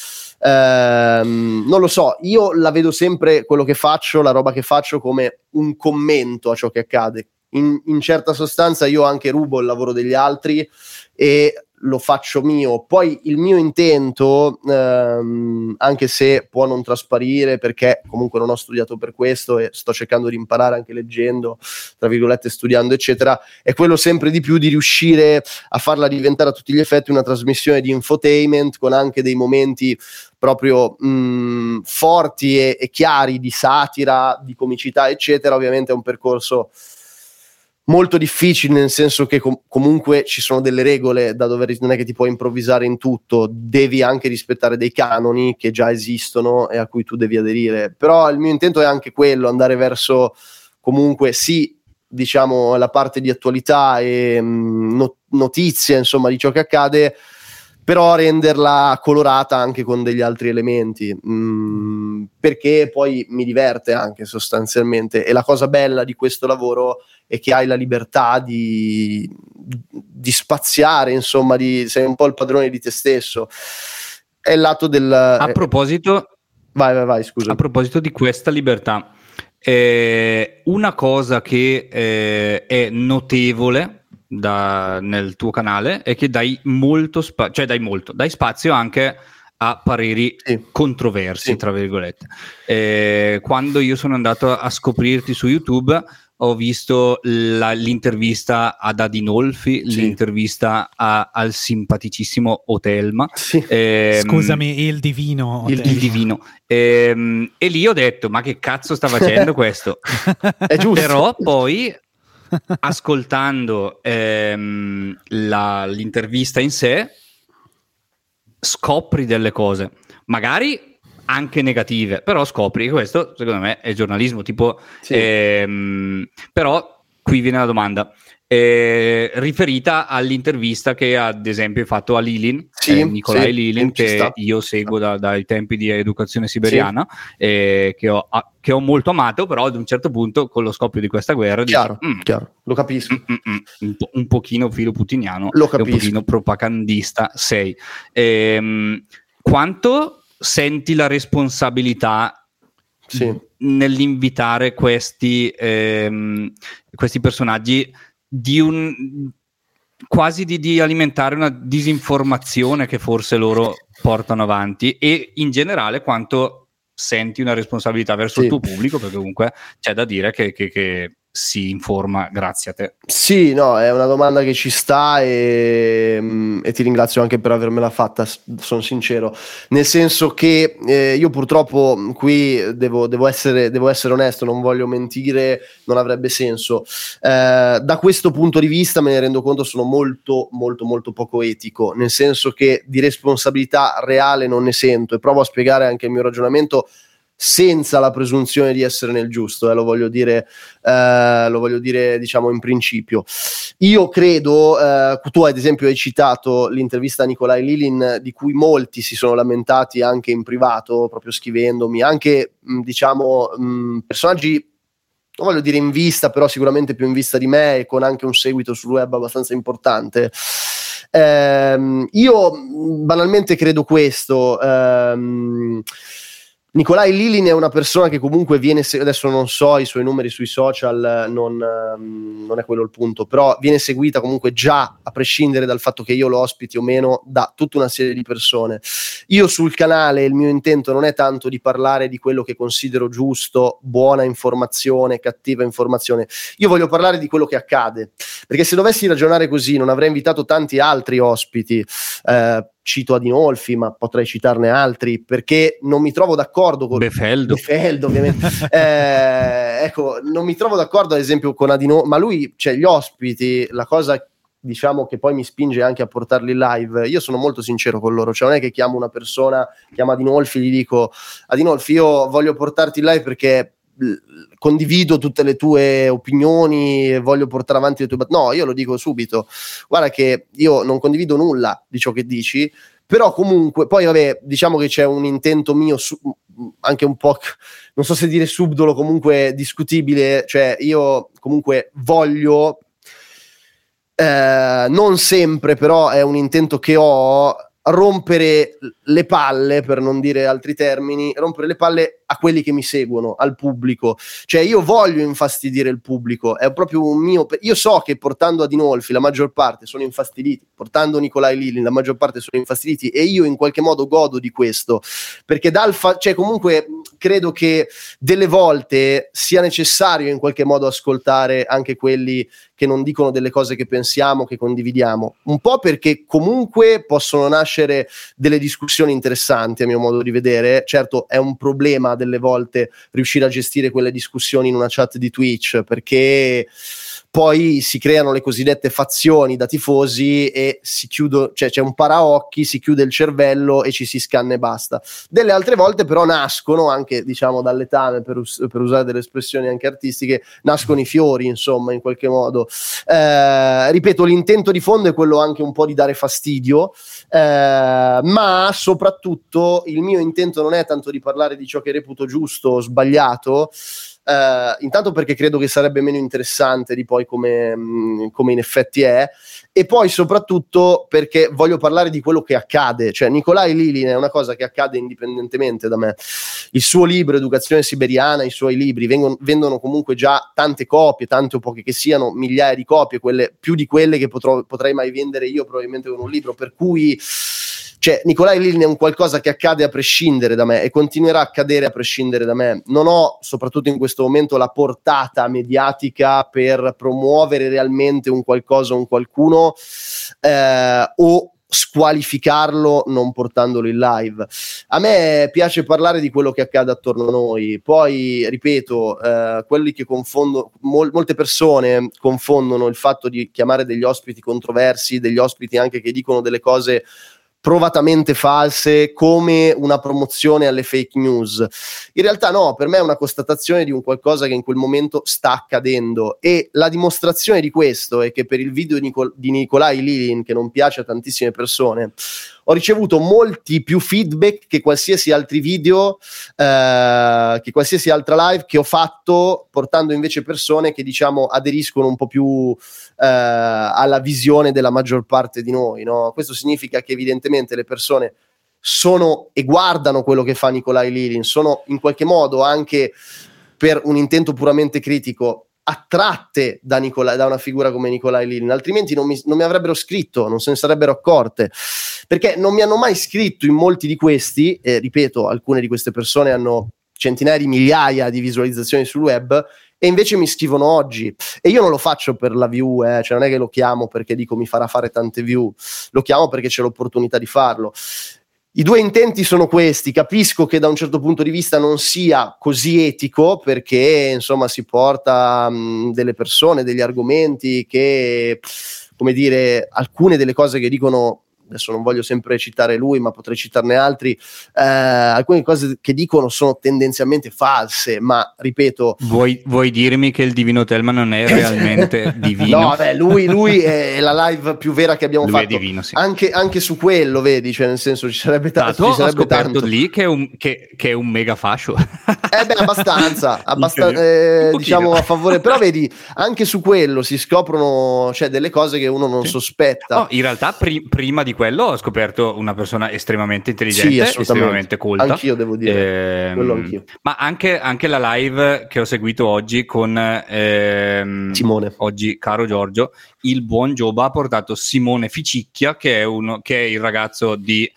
Ehm, non lo so, io la vedo sempre, quello che faccio, la roba che faccio, come un commento a ciò che accade. In, in certa sostanza io anche rubo il lavoro degli altri e lo faccio mio. Poi il mio intento, ehm, anche se può non trasparire perché comunque non ho studiato per questo e sto cercando di imparare anche leggendo, tra virgolette studiando eccetera, è quello sempre di più di riuscire a farla diventare a tutti gli effetti una trasmissione di infotainment, con anche dei momenti proprio mh, forti e, e chiari di satira, di comicità eccetera. Ovviamente è un percorso molto difficile, nel senso che com- comunque ci sono delle regole da dover, non è che ti puoi improvvisare in tutto, devi anche rispettare dei canoni che già esistono e a cui tu devi aderire. Però il mio intento è anche quello, andare verso comunque sì, diciamo, la parte di attualità e mh, not- notizie, insomma, di ciò che accade, però renderla colorata anche con degli altri elementi, mh, perché poi mi diverte anche sostanzialmente, e la cosa bella di questo lavoro è che hai la libertà di, di spaziare, insomma, di, sei un po' il padrone di te stesso. È il lato del... A proposito, vai, vai, vai, scusa. A proposito di questa libertà, eh, una cosa che eh, è notevole da, nel tuo canale è che dai molto spazio, cioè dai molto, dai spazio anche a pareri sì. controversi, sì. tra virgolette. Eh, quando io sono andato a scoprirti su YouTube, ho visto la, l'intervista ad Adinolfi, sì. l'intervista a, al simpaticissimo Otelma. Sì. Ehm, Scusami, il divino. Il, il divino. Ehm, e lì ho detto, ma che cazzo sta facendo questo? È giusto. Però poi, ascoltando ehm, la, l'intervista in sé, scopri delle cose. Magari anche negative, però scopri che questo secondo me è giornalismo, tipo sì. ehm, però qui viene la domanda eh, riferita all'intervista che ad esempio hai fatto a Lilin, sì, eh, Nicolai sì, Lilin, che sta. io seguo da, dai tempi di Educazione Siberiana, sì. eh, che, ho, a, che ho molto amato, però ad un certo punto con lo scoppio di questa guerra chiaro, dici, mm, chiaro, lo capisco, mm, mm, mm, un, po- un pochino filo putiniano, lo capisco. un pochino propagandista sei. Ehm, quanto senti la responsabilità sì. nell'invitare questi, ehm, questi personaggi di un quasi di, di alimentare una disinformazione che forse loro portano avanti, e in generale quanto senti una responsabilità verso sì. il tuo pubblico, perché comunque c'è da dire che, che, che si informa grazie a te. Sì, no, è una domanda che ci sta e, e ti ringrazio anche per avermela fatta, sono sincero, nel senso che eh, io purtroppo qui devo, devo, essere, devo essere onesto, non voglio mentire, non avrebbe senso. Eh, da questo punto di vista me ne rendo conto, sono molto molto molto poco etico, nel senso che di responsabilità reale non ne sento, e provo a spiegare anche il mio ragionamento senza la presunzione di essere nel giusto, eh, lo voglio dire, eh, lo voglio dire diciamo in principio. Io credo, eh, tu ad esempio hai citato l'intervista a Nikolaj Lilin, di cui molti si sono lamentati anche in privato, proprio scrivendomi, anche mh, diciamo mh, personaggi, non voglio dire in vista, però sicuramente più in vista di me e con anche un seguito sul web abbastanza importante. Ehm, io banalmente credo questo. Ehm, Nikolaj Lilin è una persona che comunque viene, se- adesso non so i suoi numeri sui social, non, ehm, non è quello il punto, però viene seguita comunque già, a prescindere dal fatto che io lo ospiti o meno, da tutta una serie di persone. Io sul canale il mio intento non è tanto di parlare di quello che considero giusto, buona informazione, cattiva informazione. Io voglio parlare di quello che accade, perché se dovessi ragionare così non avrei invitato tanti altri ospiti. eh, Cito Adinolfi, ma potrei citarne altri, perché non mi trovo d'accordo con Befeldo, Befeldo ovviamente. eh, ecco, non mi trovo d'accordo ad esempio con Adinolfi, ma lui, cioè gli ospiti, la cosa diciamo che poi mi spinge anche a portarli in live, io sono molto sincero con loro, cioè non è che chiamo una persona, chiamo Adinolfi e gli dico: Adinolfi, io voglio portarti in live perché condivido tutte le tue opinioni e voglio portare avanti le tue battaglie. No, io lo dico subito: guarda che io non condivido nulla di ciò che dici, però comunque poi vabbè, diciamo che c'è un intento mio su, anche un po', non so se dire subdolo, comunque discutibile, cioè io comunque voglio eh, non sempre, però è un intento che ho, rompere le palle, per non dire altri termini, rompere le palle a quelli che mi seguono, al pubblico. Cioè io voglio infastidire il pubblico, è proprio un mio, io so che portando Adinolfi la maggior parte sono infastiditi, portando Nikolaj Lilin la maggior parte sono infastiditi, e io in qualche modo godo di questo, perché dal fa- cioè comunque credo che delle volte sia necessario in qualche modo ascoltare anche quelli che non dicono delle cose che pensiamo, che condividiamo, un po' perché comunque possono nascere delle discussioni interessanti a mio modo di vedere. Certo è un problema delle volte riuscire a gestire quelle discussioni in una chat di Twitch, perché poi si creano le cosiddette fazioni da tifosi e si chiude, cioè c'è un paraocchi, si chiude il cervello e ci si scanna e basta. Delle altre volte però nascono anche, diciamo, dal letame, per, us- per usare delle espressioni anche artistiche, nascono i fiori, insomma, in qualche modo. Eh, ripeto, l'intento di fondo è quello anche un po' di dare fastidio, eh, ma soprattutto il mio intento non è tanto di parlare di ciò che reputo giusto o sbagliato, Uh, intanto perché credo che sarebbe meno interessante di poi come, mh, come in effetti è, e poi soprattutto perché voglio parlare di quello che accade. Cioè Nikolaj Lilin è una cosa che accade indipendentemente da me. Il suo libro Educazione Siberiana, i suoi libri vengono, vendono comunque già tante copie, tante o poche che siano, migliaia di copie, quelle, più di quelle che potrò, potrei mai vendere io probabilmente con un libro, per cui cioè Nikolaj Lilin è un qualcosa che accade a prescindere da me e continuerà a accadere a prescindere da me. Non ho, soprattutto in questo momento, la portata mediatica per promuovere realmente un qualcosa, un qualcuno, eh, o squalificarlo non portandolo in live. A me piace parlare di quello che accade attorno a noi. Poi ripeto, eh, quelli che confondono, mol- molte persone confondono il fatto di chiamare degli ospiti controversi, degli ospiti anche che dicono delle cose provatamente false, come una promozione alle fake news. In realtà no, per me è una constatazione di un qualcosa che in quel momento sta accadendo, e la dimostrazione di questo è che per il video di, Nicol- di Nikolaj Lilin, che non piace a tantissime persone, ho ricevuto molti più feedback che qualsiasi altri video, eh, che qualsiasi altra live che ho fatto, portando invece persone che diciamo aderiscono un po' più eh, alla visione della maggior parte di noi, no? Questo significa che evidentemente le persone sono e guardano quello che fa Nikolaj Lilin, sono in qualche modo anche, per un intento puramente critico, attratte da, Nicola, da una figura come Nikolaj Lilin, altrimenti non mi, non mi avrebbero scritto, non se ne sarebbero accorte, perché non mi hanno mai scritto in molti di questi, e ripeto, alcune di queste persone hanno centinaia di migliaia di visualizzazioni sul web, e invece mi scrivono oggi, e io non lo faccio per la view, eh, cioè non è che lo chiamo perché dico mi farà fare tante view, lo chiamo perché c'è l'opportunità di farlo. I due intenti sono questi. Capisco che da un certo punto di vista non sia così etico, perché insomma si porta mh, delle persone, degli argomenti che, come dire, alcune delle cose che dicono adesso non voglio sempre citare lui, ma potrei citarne altri, eh, alcune cose che dicono sono tendenzialmente false, ma ripeto... Vuoi, vuoi dirmi che il Divino Telma non è realmente divino? No, beh, lui, lui è la live più vera che abbiamo lui fatto. È divino, sì. Anche, anche su quello, vedi, cioè nel senso ci sarebbe, ta- ci ho sarebbe scoperto tanto. lì che è un, che, che è un mega fascio. Eh beh, abbastanza, abbastan- eh, diciamo a favore, però vedi, anche su quello si scoprono, cioè, delle cose che uno non sì. sospetta. Oh, in realtà pri- prima di quello ho scoperto una persona estremamente intelligente, sì, estremamente colta. Anch'io devo dire, ehm, quello anch'io. Ma anche, anche la live che ho seguito oggi con ehm, Simone. Oggi, caro Giorgio, il buon Giobba ha portato Simone Ficicchia, che è, uno, che è il ragazzo di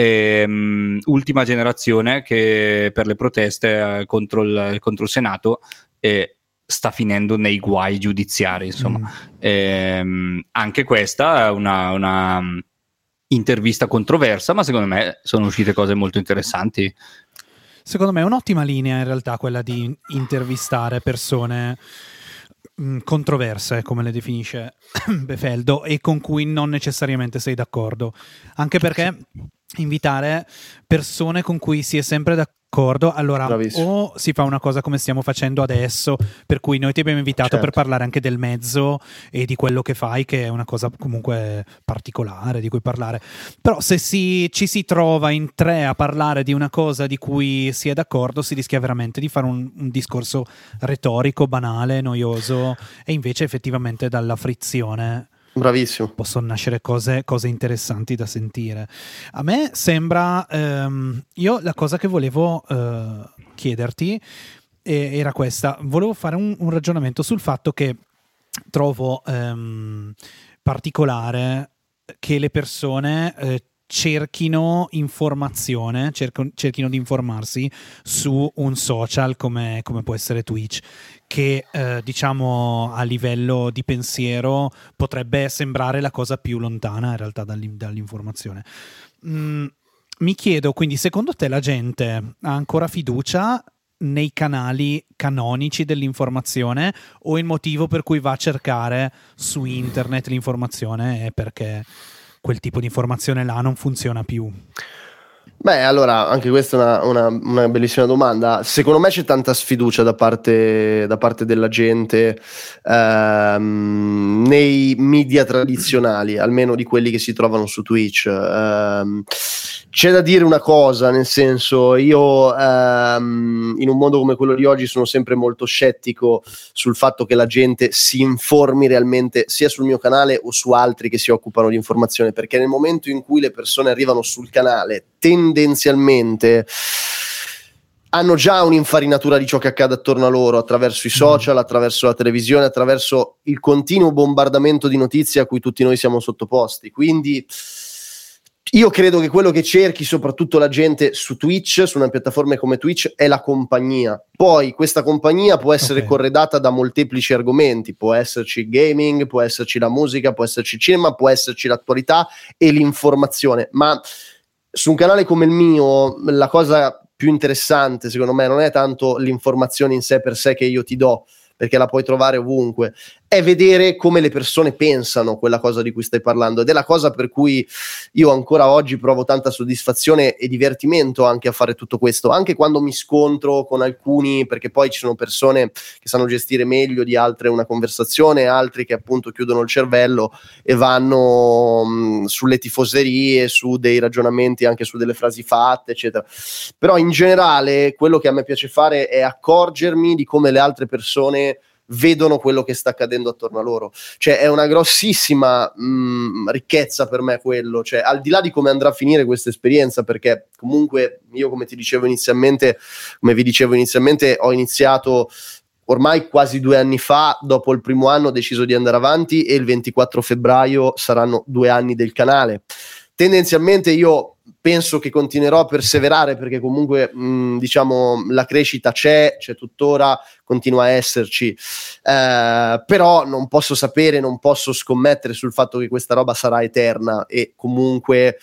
ehm, Ultima Generazione che per le proteste eh, contro, il, contro il Senato eh, sta finendo nei guai giudiziari, insomma. Mm. Ehm, anche questa è una, una intervista controversa, ma secondo me sono uscite cose molto interessanti. Secondo me è un'ottima linea in realtà quella di intervistare persone mh, controverse, come le definisce Befeldo, e con cui non necessariamente sei d'accordo, anche perché invitare persone con cui si è sempre d'accordo, allora Bravissimo. O si fa una cosa come stiamo facendo adesso, per cui noi ti abbiamo invitato certo. per parlare anche del mezzo e di quello che fai, che è una cosa comunque particolare di cui parlare, però se si, ci si trova in tre a parlare di una cosa di cui si è d'accordo, si rischia veramente di fare un, un discorso retorico, banale, noioso, e invece effettivamente dalla frizione Bravissimo. possono nascere cose, cose interessanti da sentire. A me sembra, ehm, io la cosa che volevo eh, chiederti eh, era questa, volevo fare un, un ragionamento sul fatto che trovo ehm, particolare che le persone eh, cerchino informazione, cerco, cerchino di informarsi su un social come, come può essere Twitch, che eh, diciamo a livello di pensiero potrebbe sembrare la cosa più lontana in realtà dall'in- dall'informazione. Mm, mi chiedo quindi, secondo te la gente ha ancora fiducia nei canali canonici dell'informazione, o il motivo per cui va a cercare su internet l'informazione è perché quel tipo di informazione là non funziona più? Beh, allora, anche questa è una, una, una bellissima domanda. Secondo me c'è tanta sfiducia da parte, da parte della gente ehm, nei media tradizionali, almeno di quelli che si trovano su Twitch. Ehm, c'è da dire una cosa, nel senso, io ehm, in un mondo come quello di oggi sono sempre molto scettico sul fatto che la gente si informi realmente sia sul mio canale o su altri che si occupano di informazione, perché nel momento in cui le persone arrivano sul canale tendenzialmente hanno già un'infarinatura di ciò che accade attorno a loro attraverso i social, attraverso la televisione, attraverso il continuo bombardamento di notizie a cui tutti noi siamo sottoposti. Quindi io credo che quello che cerchi soprattutto la gente su Twitch, su una piattaforma come Twitch, è la compagnia. Poi questa compagnia può essere okay. corredata da molteplici argomenti, può esserci gaming, può esserci la musica, può esserci il cinema, può esserci l'attualità e l'informazione, ma su un canale come il mio la cosa più interessante secondo me non è tanto l'informazione in sé per sé che io ti do, perché la puoi trovare ovunque, è vedere come le persone pensano quella cosa di cui stai parlando, ed è la cosa per cui io ancora oggi provo tanta soddisfazione e divertimento anche a fare tutto questo, anche quando mi scontro con alcuni, perché poi ci sono persone che sanno gestire meglio di altre una conversazione, altri che appunto chiudono il cervello e vanno mh, sulle tifoserie, su dei ragionamenti, anche su delle frasi fatte eccetera. Però in generale quello che a me piace fare è accorgermi di come le altre persone vedono quello che sta accadendo attorno a loro, cioè è una grossissima mh, ricchezza per me quello, cioè al di là di come andrà a finire questa esperienza, perché comunque io come ti dicevo inizialmente, come vi dicevo inizialmente, ho iniziato ormai quasi due anni fa, dopo il primo anno ho deciso di andare avanti e il ventiquattro febbraio saranno due anni del canale. Tendenzialmente io penso che continuerò a perseverare, perché comunque mh, diciamo la crescita c'è, c'è tuttora, continua a esserci, eh, però non posso sapere, non posso scommettere sul fatto che questa roba sarà eterna, e comunque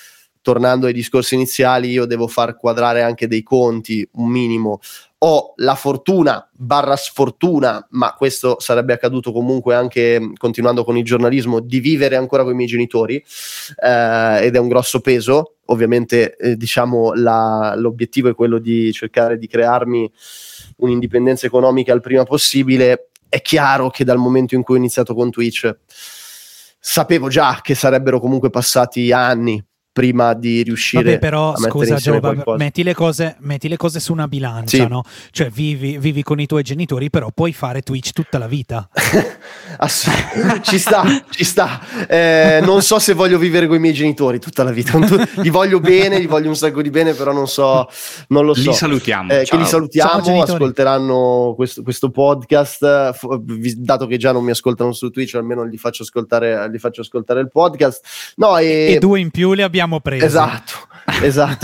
tornando ai discorsi iniziali, io devo far quadrare anche dei conti, un minimo. Ho la fortuna barra sfortuna, ma questo sarebbe accaduto comunque anche continuando con il giornalismo, di vivere ancora con i miei genitori, eh, ed è un grosso peso. Ovviamente eh, diciamo la, l'obiettivo è quello di cercare di crearmi un'indipendenza economica il prima possibile. È chiaro che dal momento in cui ho iniziato con Twitch sapevo già che sarebbero comunque passati anni prima di riuscire. Vabbè, però, a mettere scusa, insieme Giova, qualcosa. metti le cose, metti le cose su una bilancia, Sì. no? Cioè vivi, vivi con i tuoi genitori, però puoi fare Twitch tutta la vita. Ass- ci sta, ci sta. Eh, non so se voglio vivere con i miei genitori tutta la vita. Gli voglio bene, gli voglio un sacco di bene, però non so, non lo so. Li salutiamo. Eh, che Ciao. li Ciao, salutiamo, genitori. ascolteranno questo, questo podcast. F- vi- dato che già non mi ascoltano su Twitch, almeno gli faccio ascoltare, gli faccio ascoltare il podcast. No, e, E due in più li abbiamo presi. Esatto, esatto.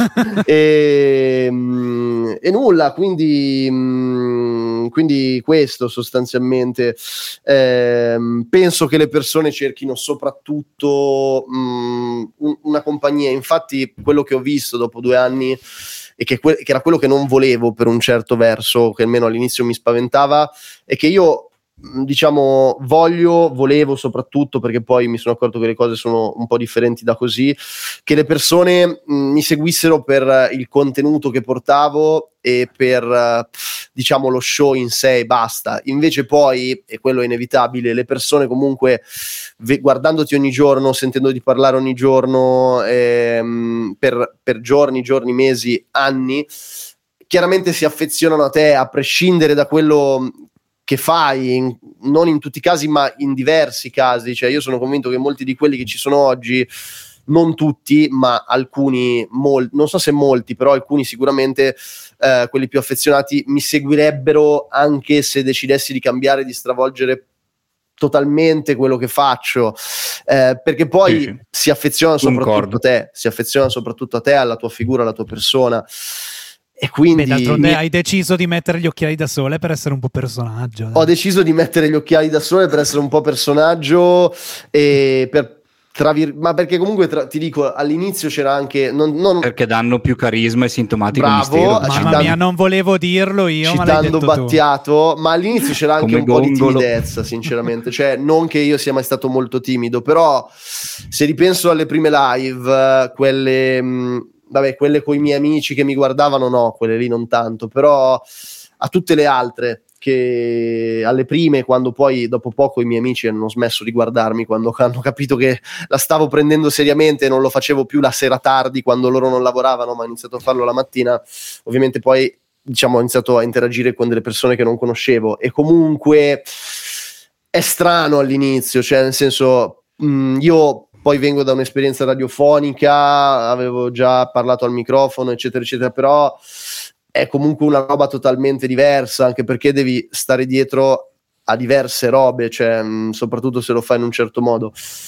e, mh, e nulla, quindi, mh, quindi questo sostanzialmente. Ehm, penso che le persone cerchino soprattutto mh, un- una compagnia. Infatti, quello che ho visto dopo due anni e che, que- che era quello che non volevo per un certo verso, che almeno all'inizio mi spaventava, è che io diciamo voglio, volevo soprattutto, perché poi mi sono accorto che le cose sono un po' differenti da così, che le persone mh, mi seguissero per il contenuto che portavo e per uh, diciamo lo show in sé e basta. Invece poi, e quello è inevitabile, le persone comunque ve- guardandoti ogni giorno, sentendoti parlare ogni giorno, ehm, per, per giorni, giorni, mesi, anni, chiaramente si affezionano a te a prescindere da quello che fai, in, non in tutti i casi ma in diversi casi. Cioè io sono convinto che molti di quelli che ci sono oggi, non tutti ma alcuni, mol- non so se molti, però alcuni sicuramente, eh, quelli più affezionati mi seguirebbero anche se decidessi di cambiare, di stravolgere totalmente quello che faccio, eh, perché poi Sì, sì. si affezionano soprattutto Concordo. a te, si affezionano soprattutto a te, alla tua figura, alla tua persona. E quindi Beh, d'altronde mi- hai deciso di mettere gli occhiali da sole per essere un po' personaggio. ho deciso di mettere gli occhiali da sole per essere un po' personaggio e per tra vir- ma perché comunque tra- ti dico, all'inizio c'era anche non, non Perché danno più carisma e sintomatico Bravo, mistero. Mamma citando- mia, non volevo dirlo io, ma l'hai citando detto tu. Battiato, ma all'inizio c'era anche Come un po' di Gongolo. timidezza, sinceramente. Cioè, non che io sia mai stato molto timido, però se ripenso alle prime live, eh, quelle mh, vabbè, quelle con i miei amici che mi guardavano, no, quelle lì non tanto, però a tutte le altre, che alle prime, quando poi dopo poco i miei amici hanno smesso di guardarmi, quando hanno capito che la stavo prendendo seriamente e non lo facevo più la sera tardi quando loro non lavoravano, ma ho iniziato a farlo la mattina, ovviamente poi diciamo ho iniziato a interagire con delle persone che non conoscevo. E comunque è strano all'inizio, cioè nel senso, mh, io poi vengo da un'esperienza radiofonica, avevo già parlato al microfono eccetera eccetera, però è comunque una roba totalmente diversa, anche perché devi stare dietro a diverse robe, cioè mh, soprattutto se lo fai in un certo modo.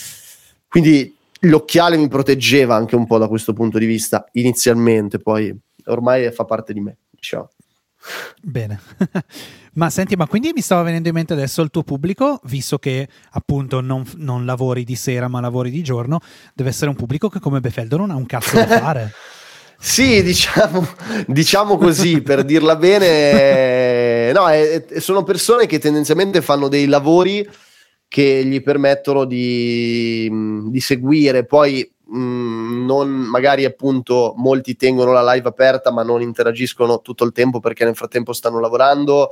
Quindi l'occhiale mi proteggeva anche un po' da questo punto di vista inizialmente, poi ormai fa parte di me, diciamo. Bene. Ma senti, ma quindi mi stava venendo in mente adesso il tuo pubblico, visto che appunto non, non lavori di sera ma lavori di giorno, deve essere un pubblico che come Befeldo non ha un cazzo da fare. Sì, diciamo, diciamo così, per dirla bene, no, è, è, sono persone che tendenzialmente fanno dei lavori che gli permettono di, di seguire, poi mh, non, magari appunto molti tengono la live aperta ma non interagiscono tutto il tempo perché nel frattempo stanno lavorando,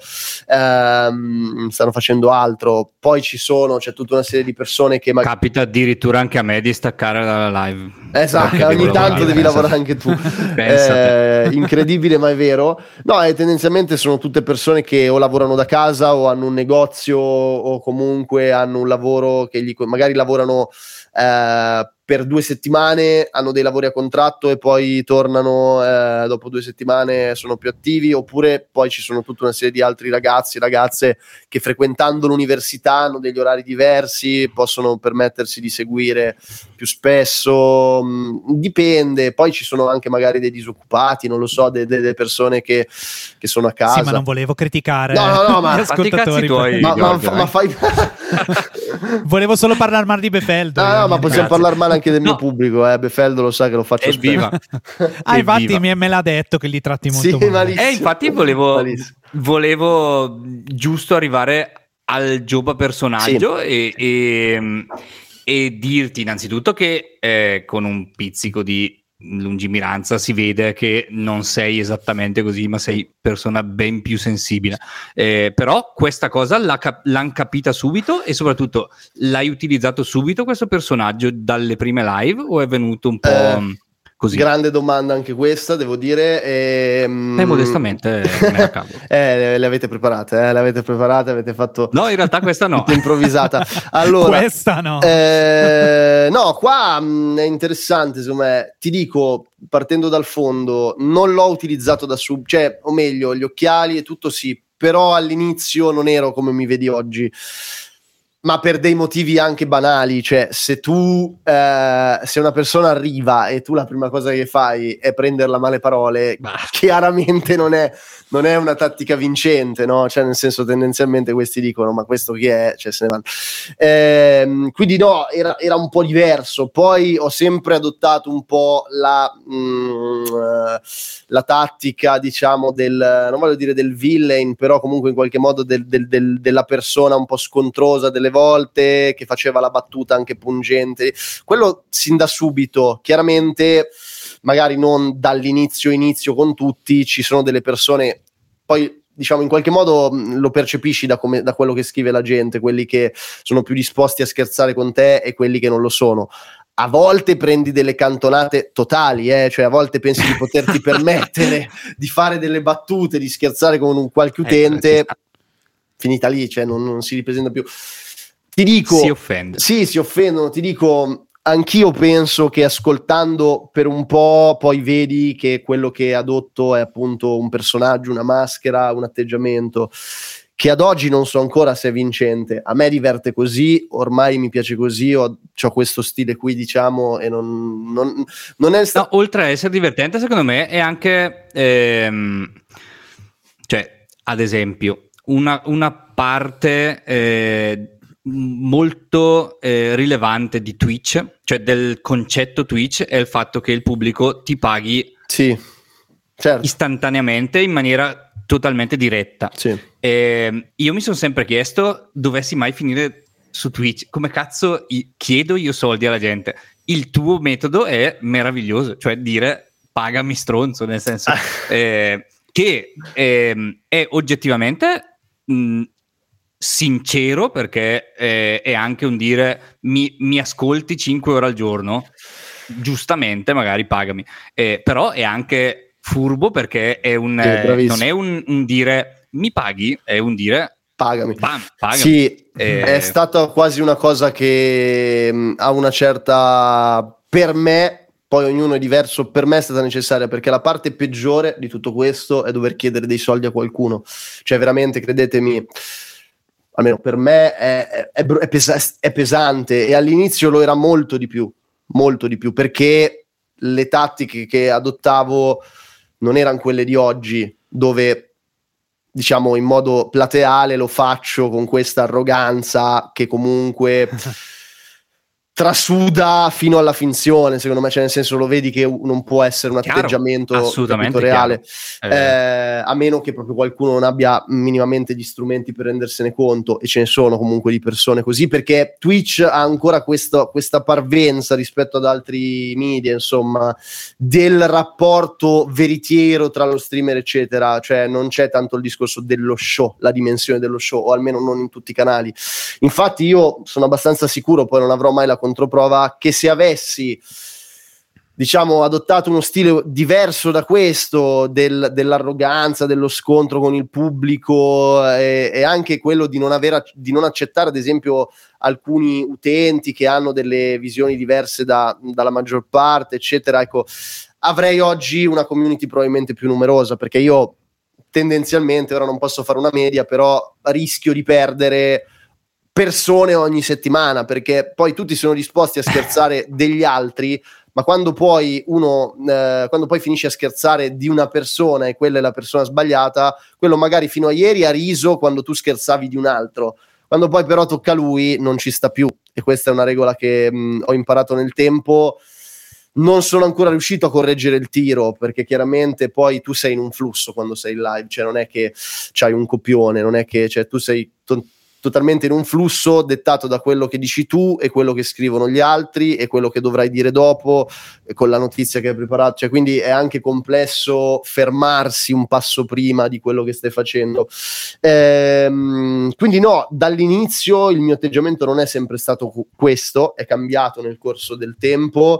ehm, stanno facendo altro. Poi ci sono, c'è tutta una serie di persone che magari Capita addirittura anche a me di staccare dalla live. esatto, Perché ogni devo tanto lavorare, devi pensa. lavorare anche tu. Pensa eh, incredibile ma è vero. No, e tendenzialmente sono tutte persone che o lavorano da casa o hanno un negozio o comunque hanno un lavoro che gli, magari lavorano eh, per due settimane, hanno dei lavori a contratto e poi tornano eh, dopo due settimane, sono più attivi. Oppure poi ci sono tutta una serie di altri ragazzi e ragazze che frequentando l'università hanno degli orari diversi, possono permettersi di seguire più spesso, mh, dipende. Poi ci sono anche magari dei disoccupati, non lo so, delle de, de persone che, che sono a casa. Sì, ma non volevo criticare no, no, no, ma gli ascoltatori. Tuoi, ma, ma, Giorgio, ma fai... Volevo solo parlare male di Befeldo. No, no, ma possiamo Grazie. parlare male anche del mio No. pubblico, eh. Befeldo lo sa che lo faccio Evviva. Ah, infatti Evviva. me, me l'ha detto che li tratti molto Sì, male. malissimo. Eh, infatti volevo, Malissimo. volevo giusto arrivare al Giobba personaggio e, e, e dirti innanzitutto che eh, con un pizzico di lungimiranza si vede che non sei esattamente così, ma sei persona ben più sensibile. Eh, però questa cosa l'ha cap- l'han capita subito, e soprattutto l'hai utilizzato subito questo personaggio dalle prime live, o è venuto un po' Eh, così? Grande domanda anche questa, devo dire. E, mm, Eh, modestamente me la cavo. eh, le, le avete preparate, eh, le avete preparate, avete fatto No, in realtà questa no. tutta improvvisata. Allora, Questa no. eh, no, qua mh, è interessante, secondo me. Ti dico, partendo dal fondo, non l'ho utilizzato da sub, cioè, o meglio, gli occhiali e tutto sì, però all'inizio non ero come mi vedi oggi. Ma per dei motivi anche banali, cioè se tu, eh, se una persona arriva e tu la prima cosa che fai è prenderla male parole, Bah. chiaramente non è, non è una tattica vincente, no? Cioè nel senso, tendenzialmente questi dicono ma questo chi è? Cioè se ne vanno. Ehm, quindi no, era, era un po' diverso. Poi ho sempre adottato un po' la, mh, la tattica, diciamo, del, non voglio dire del villain, però comunque in qualche modo del, del, del, della persona un po' scontrosa delle volte, che faceva la battuta anche pungente. Quello sin da subito. Chiaramente magari non dall'inizio inizio con tutti, ci sono delle persone, poi diciamo in qualche modo mh, lo percepisci da, come, da quello che scrive la gente, quelli che sono più disposti a scherzare con te e quelli che non lo sono. A volte prendi delle cantonate totali, eh? Cioè a volte pensi di poterti permettere di fare delle battute, di scherzare con un qualche utente, Eh, finita lì, cioè non, non si ripresenta più. Ti dico, si offende. sì, si offendono, ti dico, anch'io penso che ascoltando per un po' poi vedi che quello che adotto è appunto un personaggio, una maschera, un atteggiamento che ad oggi non so ancora se è vincente. A me diverte così, ormai mi piace così, ho, ho questo stile qui, diciamo, e non, non, non è stato... No, oltre a essere divertente, secondo me è anche, ehm, cioè, ad esempio, una, una parte eh, molto eh, rilevante di Twitch, cioè del concetto Twitch, è il fatto che il pubblico ti paghi Sì, certo. istantaneamente, in maniera totalmente diretta. Sì. Eh, io mi sono sempre chiesto, dovessi mai finire su Twitch, come cazzo i- chiedo io soldi alla gente? Il tuo metodo è meraviglioso, cioè dire pagami stronzo, nel senso eh, che ehm, è oggettivamente mh, sincero, perché eh, è anche un dire mi, mi ascolti cinque ore al giorno, giustamente magari pagami, eh, però è anche furbo, perché è un, Sì, eh, bravissimo. non è un, un dire mi paghi, è un dire Pagami. bam, pagami. Sì, Eh, è stata quasi una cosa che mh, ha una certa, per me, poi ognuno è diverso, per me è stata necessaria, perché la parte peggiore di tutto questo è dover chiedere dei soldi a qualcuno. Cioè veramente, credetemi, almeno per me è, è, è, br- è pesa- è pesante, e all'inizio lo era molto di più, molto di più, perché le tattiche che adottavo non erano quelle di oggi, dove diciamo in modo plateale lo faccio con questa arroganza che comunque trasuda fino alla finzione, secondo me, cioè nel senso lo vedi che non può essere un Chiaro, atteggiamento assolutamente capito, reale, chiaro. eh, Eh. a meno che proprio qualcuno non abbia minimamente gli strumenti per rendersene conto, e ce ne sono comunque di persone così, perché Twitch ha ancora questo, questa parvenza rispetto ad altri media, insomma, del rapporto veritiero tra lo streamer eccetera, cioè non c'è tanto il discorso dello show, la dimensione dello show, o almeno non in tutti i canali. Infatti io sono abbastanza sicuro, poi non avrò mai la controprova, che se avessi diciamo adottato uno stile diverso da questo, del, dell'arroganza, dello scontro con il pubblico, e, e anche quello di non aver, di non accettare ad esempio alcuni utenti che hanno delle visioni diverse da, dalla maggior parte eccetera, ecco, avrei oggi una community probabilmente più numerosa, perché io tendenzialmente, ora non posso fare una media, però rischio di perdere persone ogni settimana, perché poi tutti sono disposti a scherzare degli altri, ma quando poi uno eh, quando poi finisce a scherzare di una persona e quella è la persona sbagliata, quello magari fino a ieri ha riso quando tu scherzavi di un altro, quando poi però tocca a lui non ci sta più, e questa è una regola che mh, ho imparato nel tempo. Non sono ancora riuscito a correggere il tiro, perché chiaramente poi tu sei in un flusso quando sei in live, cioè non è che c'hai un copione, non è che, cioè, tu sei to- totalmente in un flusso dettato da quello che dici tu e quello che scrivono gli altri e quello che dovrai dire dopo e con la notizia che hai preparato, cioè, quindi è anche complesso fermarsi un passo prima di quello che stai facendo. Ehm, quindi no, dall'inizio il mio atteggiamento non è sempre stato questo, è cambiato nel corso del tempo,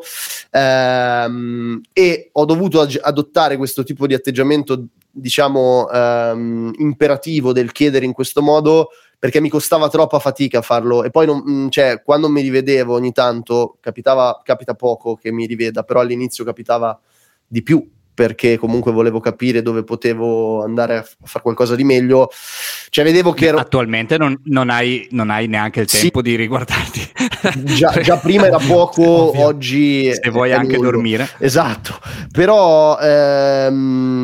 ehm, e ho dovuto ag- adottare questo tipo di atteggiamento, diciamo, ehm, imperativo del chiedere in questo modo, perché mi costava troppa fatica farlo, e poi non, cioè, quando mi rivedevo ogni tanto, capitava, capita poco che mi riveda, però all'inizio capitava di più, perché comunque volevo capire dove potevo andare a f- fare qualcosa di meglio, cioè vedevo che ero... Attualmente non, non, hai, non hai neanche il tempo sì, di riguardarti. Già, già prima era poco, ovvio. Oggi se vuoi anche lungo. Dormire. Esatto, però ehm,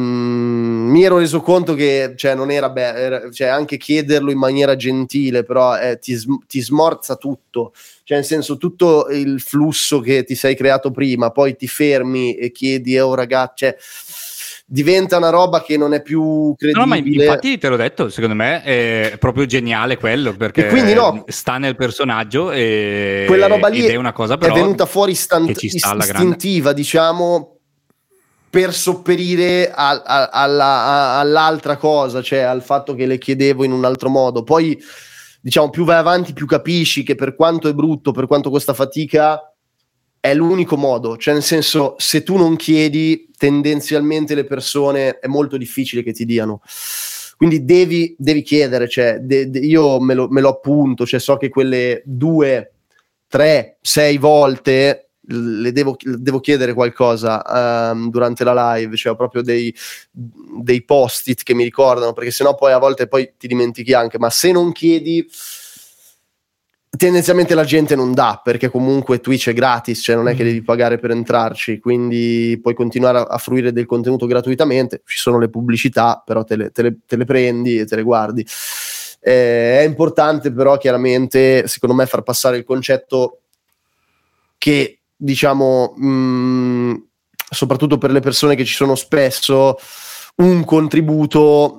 mi ero reso conto che, cioè, non era bello, cioè, anche chiederlo in maniera gentile, però eh, ti, ti smorza tutto, cioè nel senso, tutto il flusso che ti sei creato prima, poi ti fermi e chiedi oh ragazzi, cioè, diventa una roba che non è più credibile. No, ma infatti te l'ho detto, secondo me è proprio geniale quello, perché e quindi no, sta nel personaggio e quella roba lì ed è una cosa però è venuta fuori istant- che ci sta alla istintiva, diciamo, per sopperire a, a, alla, a, all'altra cosa, cioè al fatto che le chiedevo in un altro modo. Poi, diciamo, più vai avanti più capisci che per quanto è brutto, per quanto questa fatica, è l'unico modo, cioè nel senso, se tu non chiedi, tendenzialmente le persone è molto difficile che ti diano, quindi devi, devi chiedere, cioè de, de, io me lo, me lo appunto, cioè so che quelle due, tre, sei volte le devo, devo chiedere qualcosa um, durante la live, cioè ho proprio dei, dei post-it che mi ricordano, perché sennò poi a volte poi ti dimentichi anche, ma se non chiedi tendenzialmente la gente non dà, perché comunque Twitch è gratis, cioè non è che devi pagare per entrarci, quindi puoi continuare a, a fruire del contenuto gratuitamente, ci sono le pubblicità, però te le, te le, te le prendi e te le guardi. Eh, è importante però chiaramente, secondo me, far passare il concetto che, diciamo, mh, soprattutto per le persone che ci sono spesso, un contributo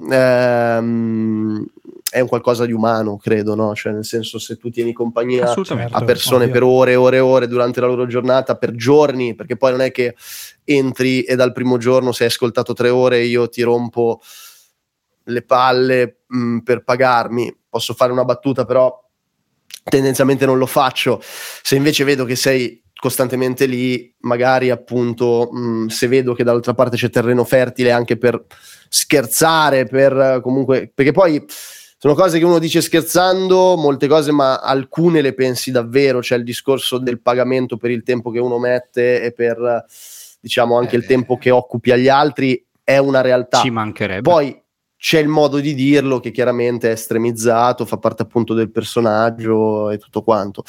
ehm, è un qualcosa di umano, credo, no? Cioè, nel senso, se tu tieni compagnia a persone ovvio. per ore e ore e ore durante la loro giornata, per giorni, perché poi non è che entri e dal primo giorno, se hai ascoltato tre ore, io ti rompo le palle mh, per pagarmi. Posso fare una battuta, però tendenzialmente non lo faccio. Se invece vedo che sei costantemente lì, magari appunto mh, se vedo che dall'altra parte c'è terreno fertile anche per scherzare, per comunque, perché poi sono cose che uno dice scherzando, molte cose, ma alcune le pensi davvero. C'è il discorso del pagamento per il tempo che uno mette e per, diciamo, anche eh, il tempo che occupi agli altri, è una realtà. Ci mancherebbe. Poi c'è il modo di dirlo che chiaramente è estremizzato, fa parte appunto del personaggio e tutto quanto.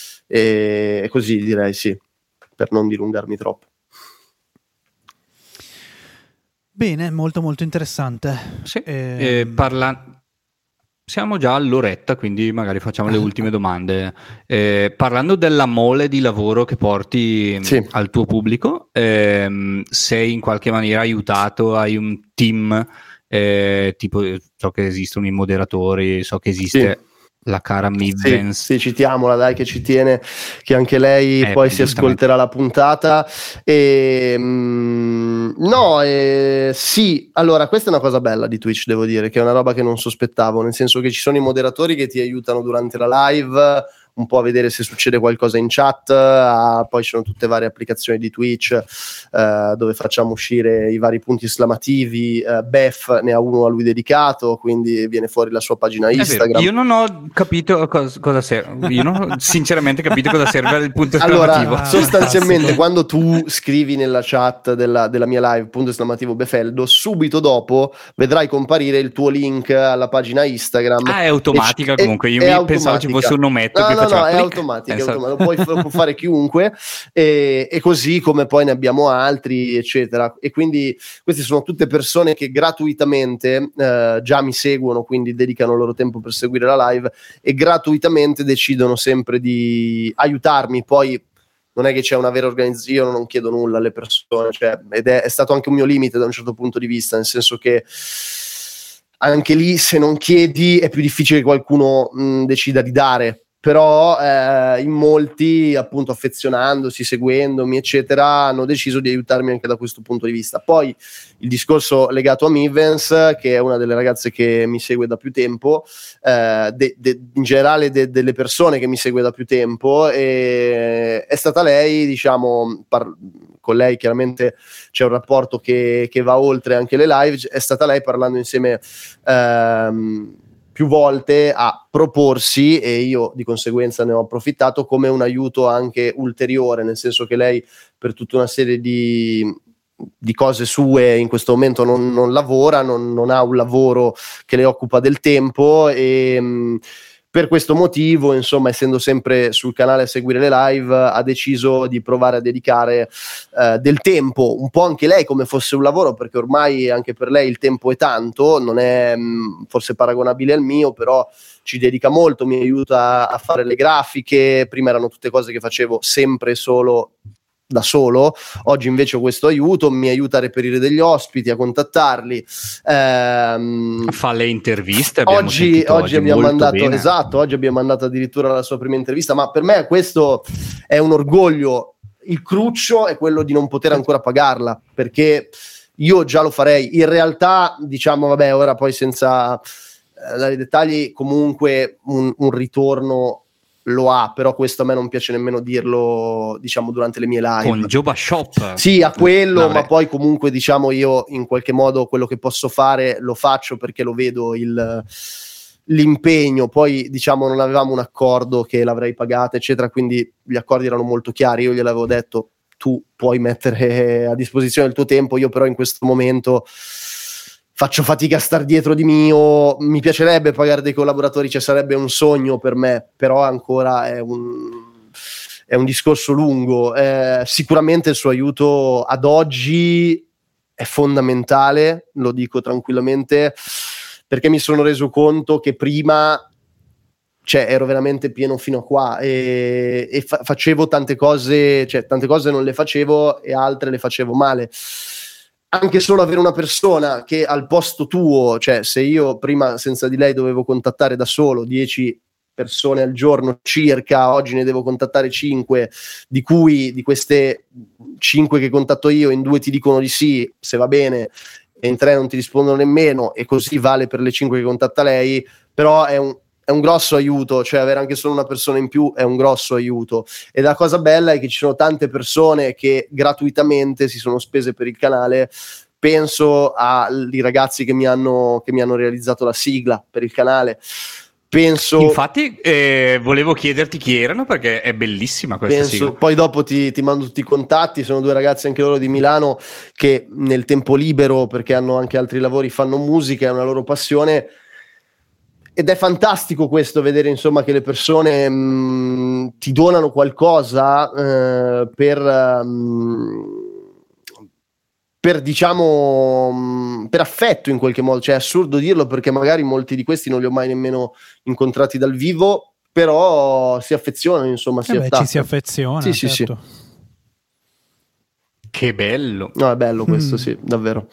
E così direi, sì, per non dilungarmi troppo. Bene, molto molto interessante. Sì. E... Eh, parla... Siamo già all'oretta, quindi magari facciamo le ultime domande. Eh, parlando della mole di lavoro che porti sì. al tuo pubblico, ehm, sei in qualche maniera aiutato? Hai un team? Eh, tipo, so che esistono i moderatori, so che esiste... Sì. La cara Midvens, sì, sì, citiamola, dai, che ci tiene, che anche lei eh, poi si ascolterà la puntata. E, mh, no, eh, sì, allora questa è una cosa bella di Twitch, devo dire, che è una roba che non sospettavo, nel senso che ci sono i moderatori che ti aiutano durante la live un po' a vedere se succede qualcosa in chat, a, poi ci sono tutte varie applicazioni di Twitch eh, dove facciamo uscire i vari punti esclamativi. eh, Beth ne ha uno a lui dedicato, quindi viene fuori la sua pagina Instagram. Io non ho capito cosa, cosa serve, io non ho sinceramente capito cosa serve il punto esclamativo. Allora, sostanzialmente quando tu scrivi nella chat della, della mia live punto esclamativo Befeldo, subito dopo vedrai comparire il tuo link alla pagina Instagram. Ah, è automatica e, comunque, io è mi automatica. pensavo ci fosse un ometto no, che no, faceva no, è click. automatica, è Penso... automatica. Lo, puoi, lo può fare chiunque e, e così come poi ne abbiamo altri eccetera, e quindi queste sono tutte persone che gratuitamente eh, già mi seguono, quindi dedicano il loro tempo per seguire la live e gratuitamente decidono sempre di aiutarmi. Poi non è che c'è una vera organizzazione, io non chiedo nulla alle persone, cioè, ed è, è stato anche un mio limite da un certo punto di vista, nel senso che anche lì se non chiedi è più difficile che qualcuno mh, decida di dare. Però eh, in molti, appunto, affezionandosi, seguendomi eccetera, hanno deciso di aiutarmi anche da questo punto di vista. Poi il discorso legato a Mivens, che è una delle ragazze che mi segue da più tempo, eh, de, de, in generale de, delle persone che mi segue da più tempo, e è stata lei, diciamo, par- con lei chiaramente c'è un rapporto che, che va oltre anche le live, è stata lei parlando insieme ehm, più volte a proporsi, e io di conseguenza ne ho approfittato come un aiuto anche ulteriore, nel senso che lei per tutta una serie di, di cose sue in questo momento non, non lavora, non, non ha un lavoro che le occupa del tempo, e mh, per questo motivo, insomma, essendo sempre sul canale a seguire le live, ha deciso di provare a dedicare eh, del tempo, un po' anche lei come fosse un lavoro, perché ormai anche per lei il tempo è tanto, non è mh, forse paragonabile al mio, però ci dedica molto, mi aiuta a fare le grafiche. Prima erano tutte cose che facevo sempre solo da solo, oggi invece ho questo aiuto, mi aiuta a reperire degli ospiti, a contattarli, ehm, fa le interviste. oggi, oggi, oggi abbiamo mandato bene. esatto oggi abbiamo mandato addirittura la sua prima intervista, ma per me questo è un orgoglio. Il cruccio è quello di non poter ancora pagarla, perché io già lo farei in realtà, diciamo, vabbè, ora poi senza eh, dare dettagli, comunque un, un ritorno lo ha, però questo a me non piace nemmeno dirlo, diciamo, durante le mie live. Con Joba Shop. Sì, a quello, Vabbè. Ma poi comunque, diciamo, io in qualche modo quello che posso fare lo faccio perché lo vedo il, l'impegno. Poi, diciamo, non avevamo un accordo che l'avrei pagata, eccetera, quindi gli accordi erano molto chiari. Io gliel'avevo detto: tu puoi mettere a disposizione il tuo tempo, io però in questo momento faccio fatica a star dietro di mio, mi piacerebbe pagare dei collaboratori, cioè sarebbe un sogno per me, però ancora è un, è un discorso lungo. Eh, sicuramente il suo aiuto ad oggi è fondamentale, lo dico tranquillamente, perché mi sono reso conto che prima, cioè, ero veramente pieno fino a qua e, e fa- facevo tante cose, cioè tante cose non le facevo e altre le facevo male. Anche solo avere una persona che al posto tuo, cioè se io prima senza di lei dovevo contattare da solo dieci persone al giorno circa, oggi ne devo contattare cinque, di cui di queste cinque che contatto io in due ti dicono di sì, se va bene, e in tre non ti rispondono nemmeno, e così vale per le cinque che contatta lei. Però è un è un grosso aiuto, cioè avere anche solo una persona in più è un grosso aiuto. E la cosa bella è che ci sono tante persone che gratuitamente si sono spese per il canale. Penso ai ragazzi che mi hanno, che mi hanno realizzato la sigla per il canale. Penso, infatti eh, volevo chiederti chi erano, perché è bellissima questa penso, sigla. Poi dopo ti, ti mando tutti i contatti. Sono due ragazzi anche loro di Milano che nel tempo libero, perché hanno anche altri lavori, fanno musica, è una loro passione. Ed è fantastico questo, vedere insomma che le persone mh, ti donano qualcosa eh, per, mh, per diciamo mh, per affetto in qualche modo. Cioè è assurdo dirlo, perché magari molti di questi non li ho mai nemmeno incontrati dal vivo, però si affezionano, insomma, si eh beh, ci si affeziona, sì, sì, certo. Sì. Che bello. No, è bello questo, mm. sì, davvero.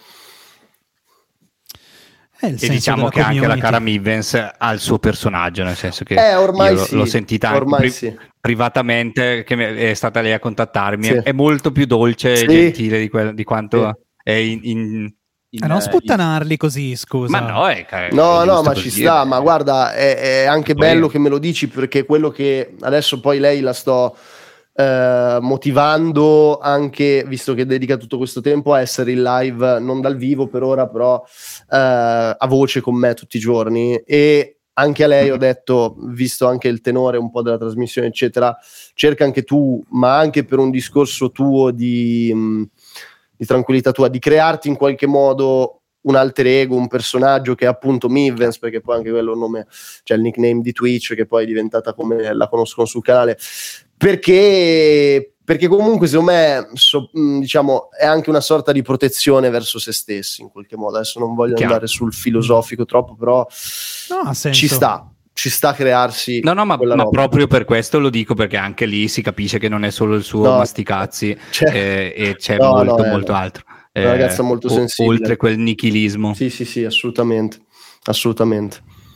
E diciamo che anche la cara Mivens ha il suo personaggio, nel senso che eh, ormai io sì. l'ho sentita anche ormai pri- sì. privatamente, che è stata lei a contattarmi. Sì. È molto più dolce e sì. gentile di, que- di quanto sì. è in, in, in, Eh, non in- sputtanarli così, scusa. Ma no, è, è No, no, giusto ma così, ci sta, eh. ma guarda, è, è anche Poi- bello che me lo dici, perché quello che adesso poi lei la sto eh, motivando anche, visto che dedica tutto questo tempo a essere in live, non dal vivo per ora, però eh, a voce con me tutti i giorni, e anche a lei ho detto, visto anche il tenore un po' della trasmissione eccetera, cerca anche tu, ma anche per un discorso tuo di, mh, di tranquillità tua, di crearti in qualche modo un alter ego, un personaggio che è appunto Mivens, perché poi anche quello è il nome, cioè il nickname di Twitch, che poi è diventata come la conoscono sul canale, perché perché comunque secondo me so- mh, diciamo è anche una sorta di protezione verso se stessi in qualche modo. Adesso non voglio Chiaro. andare sul filosofico troppo, però No, ha senso. ci sta ci sta a crearsi No, no, ma, quella ma roba. proprio per questo lo dico, perché anche lì si capisce che non è solo il suo No, masticazzi, cioè- eh, e c'è No, molto, no, è molto una- altro. è una ragazza molto o- sensibile. Oltre quel nichilismo. Sì, sì, sì, assolutamente, assolutamente.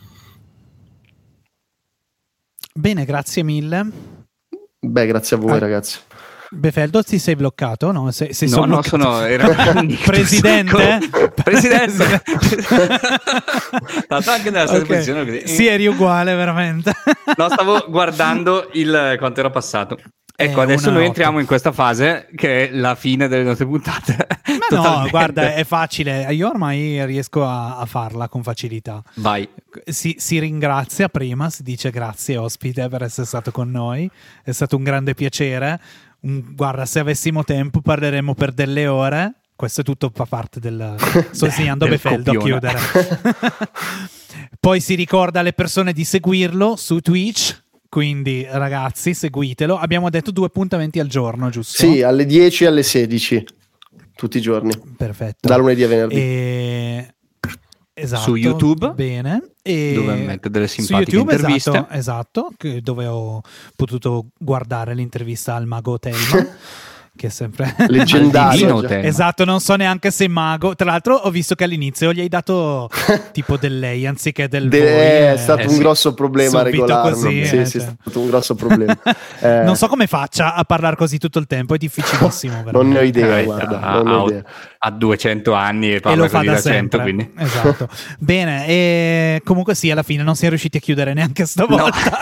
Bene, grazie mille. Beh, grazie a voi, Ah. ragazzi. Befeldo, ti sei bloccato? No, sei, sei No, solo no, bloccato. sono era un ictus. Presidente? Presidente. Tanto anche nella stessa Ok. posizione così. Sì, eri uguale, veramente. No, stavo guardando il quanto era passato. Ecco, È adesso una noi otto. entriamo in questa fase che è la fine delle nostre puntate. Ma no, Totalmente. guarda, è facile. Io ormai riesco a, a farla con facilità. Vai. Si, si ringrazia prima, si dice grazie ospite per essere stato con noi. È stato un grande piacere. Un- guarda, se avessimo tempo parleremo per delle ore. Questo è tutto fa parte del... Sto insegnando a Del Befeldo a copione. chiudere. Poi si ricorda alle persone di seguirlo su Twitch. Quindi ragazzi, seguitelo. Abbiamo detto due appuntamenti al giorno, giusto? Sì, alle dieci e alle sedici tutti i giorni, Perfetto. da lunedì a venerdì. E... Esatto, Su YouTube, bene. E... dove mette delle su simpatiche YouTube, interviste. esatto, esatto, che- dove ho potuto guardare l'intervista al mago Telma, che è sempre Leggendario. Divino già. Telma. esatto, non so neanche se è mago. Tra l'altro ho visto che all'inizio gli hai dato tipo del lei anziché del De- voi. è eh. stato eh un sì. grosso problema a Subito regolarlo. così, sì, eh, sì, cioè. è stato un grosso problema. Eh, Non so come faccia a parlare così tutto il tempo, è difficilissimo. non ne ho veramente. idea, Eh, guarda, ha, non ne ho ha- idea. ha duecento anni e E parla lo fa così da da cento, sempre. quindi. Esatto. Bene, e comunque sì, alla fine non siamo riusciti a chiudere neanche stavolta.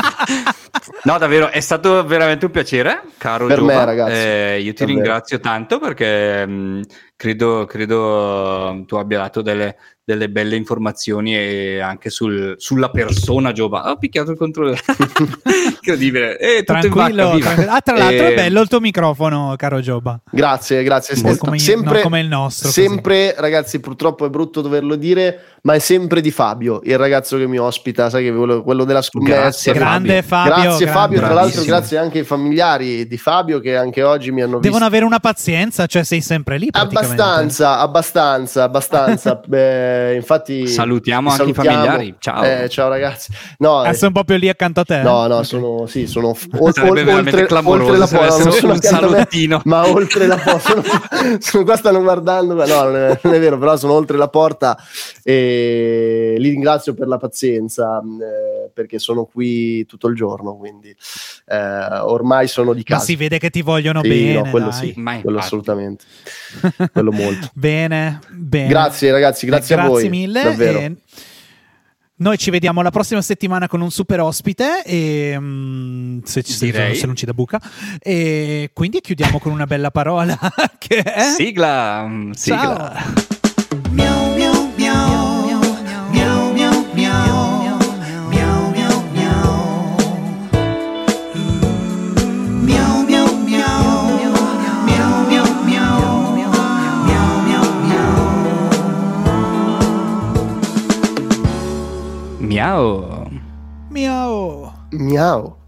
No, davvero, è stato veramente un piacere, caro Per me, Giova. ragazzi, Eh, io ti davvero. ringrazio tanto perché mh, credo, credo tu abbia dato delle, delle belle informazioni e anche sul- sulla persona Giova. Ho picchiato il controllore. Incredibile. E tutto in Tranquillo, vacca, viva. tranquillo. Ah, tra l'altro E- è bello il tuo microfono, caro Giobba. Grazie, grazie. Un po' È come- sempre, non come il nostro, così. sempre, ragazzi, purtroppo è brutto doverlo dire, ma è sempre di Fabio, il ragazzo che mi ospita, sai che quello, quello della scommessa. Grazie, Grande Fabio. Grazie grande. Fabio, tra l'altro Bravissimo. grazie anche ai familiari di Fabio che anche oggi mi hanno visto. Devono avere una pazienza, cioè sei sempre lì praticamente. Abbastanza, abbastanza, abbastanza. Beh, infatti Salutiamo vi anche i salutiamo. familiari. Ciao. Eh, ciao ragazzi. No, Ah, sono proprio lì accanto a te? no, no, Ok. sono sì, sono o- Sarebbe ol- veramente oltre, clamoroso oltre la se porta, non avessero sono un accanto a me, salottino. ma oltre la porta. Sono, sono qua, stanno guardando. No, non è, non è vero, però sono oltre la porta e li ringrazio per la pazienza eh, perché sono qui tutto il giorno, quindi eh, ormai sono di Ma casa. si vede che ti vogliono Sì, bene. no, quello dai. sì, Ma quello infatti. assolutamente, quello molto. Bene, bene. Grazie ragazzi, grazie Eh, a voi. mille. Davvero. e noi ci vediamo la prossima settimana con un super ospite e mm, se, ci- se, Direi. se non ci dà buca, e quindi chiudiamo con una bella parola che è Sigla, mm, sigla. Ciao. Miau. Miau. Miau.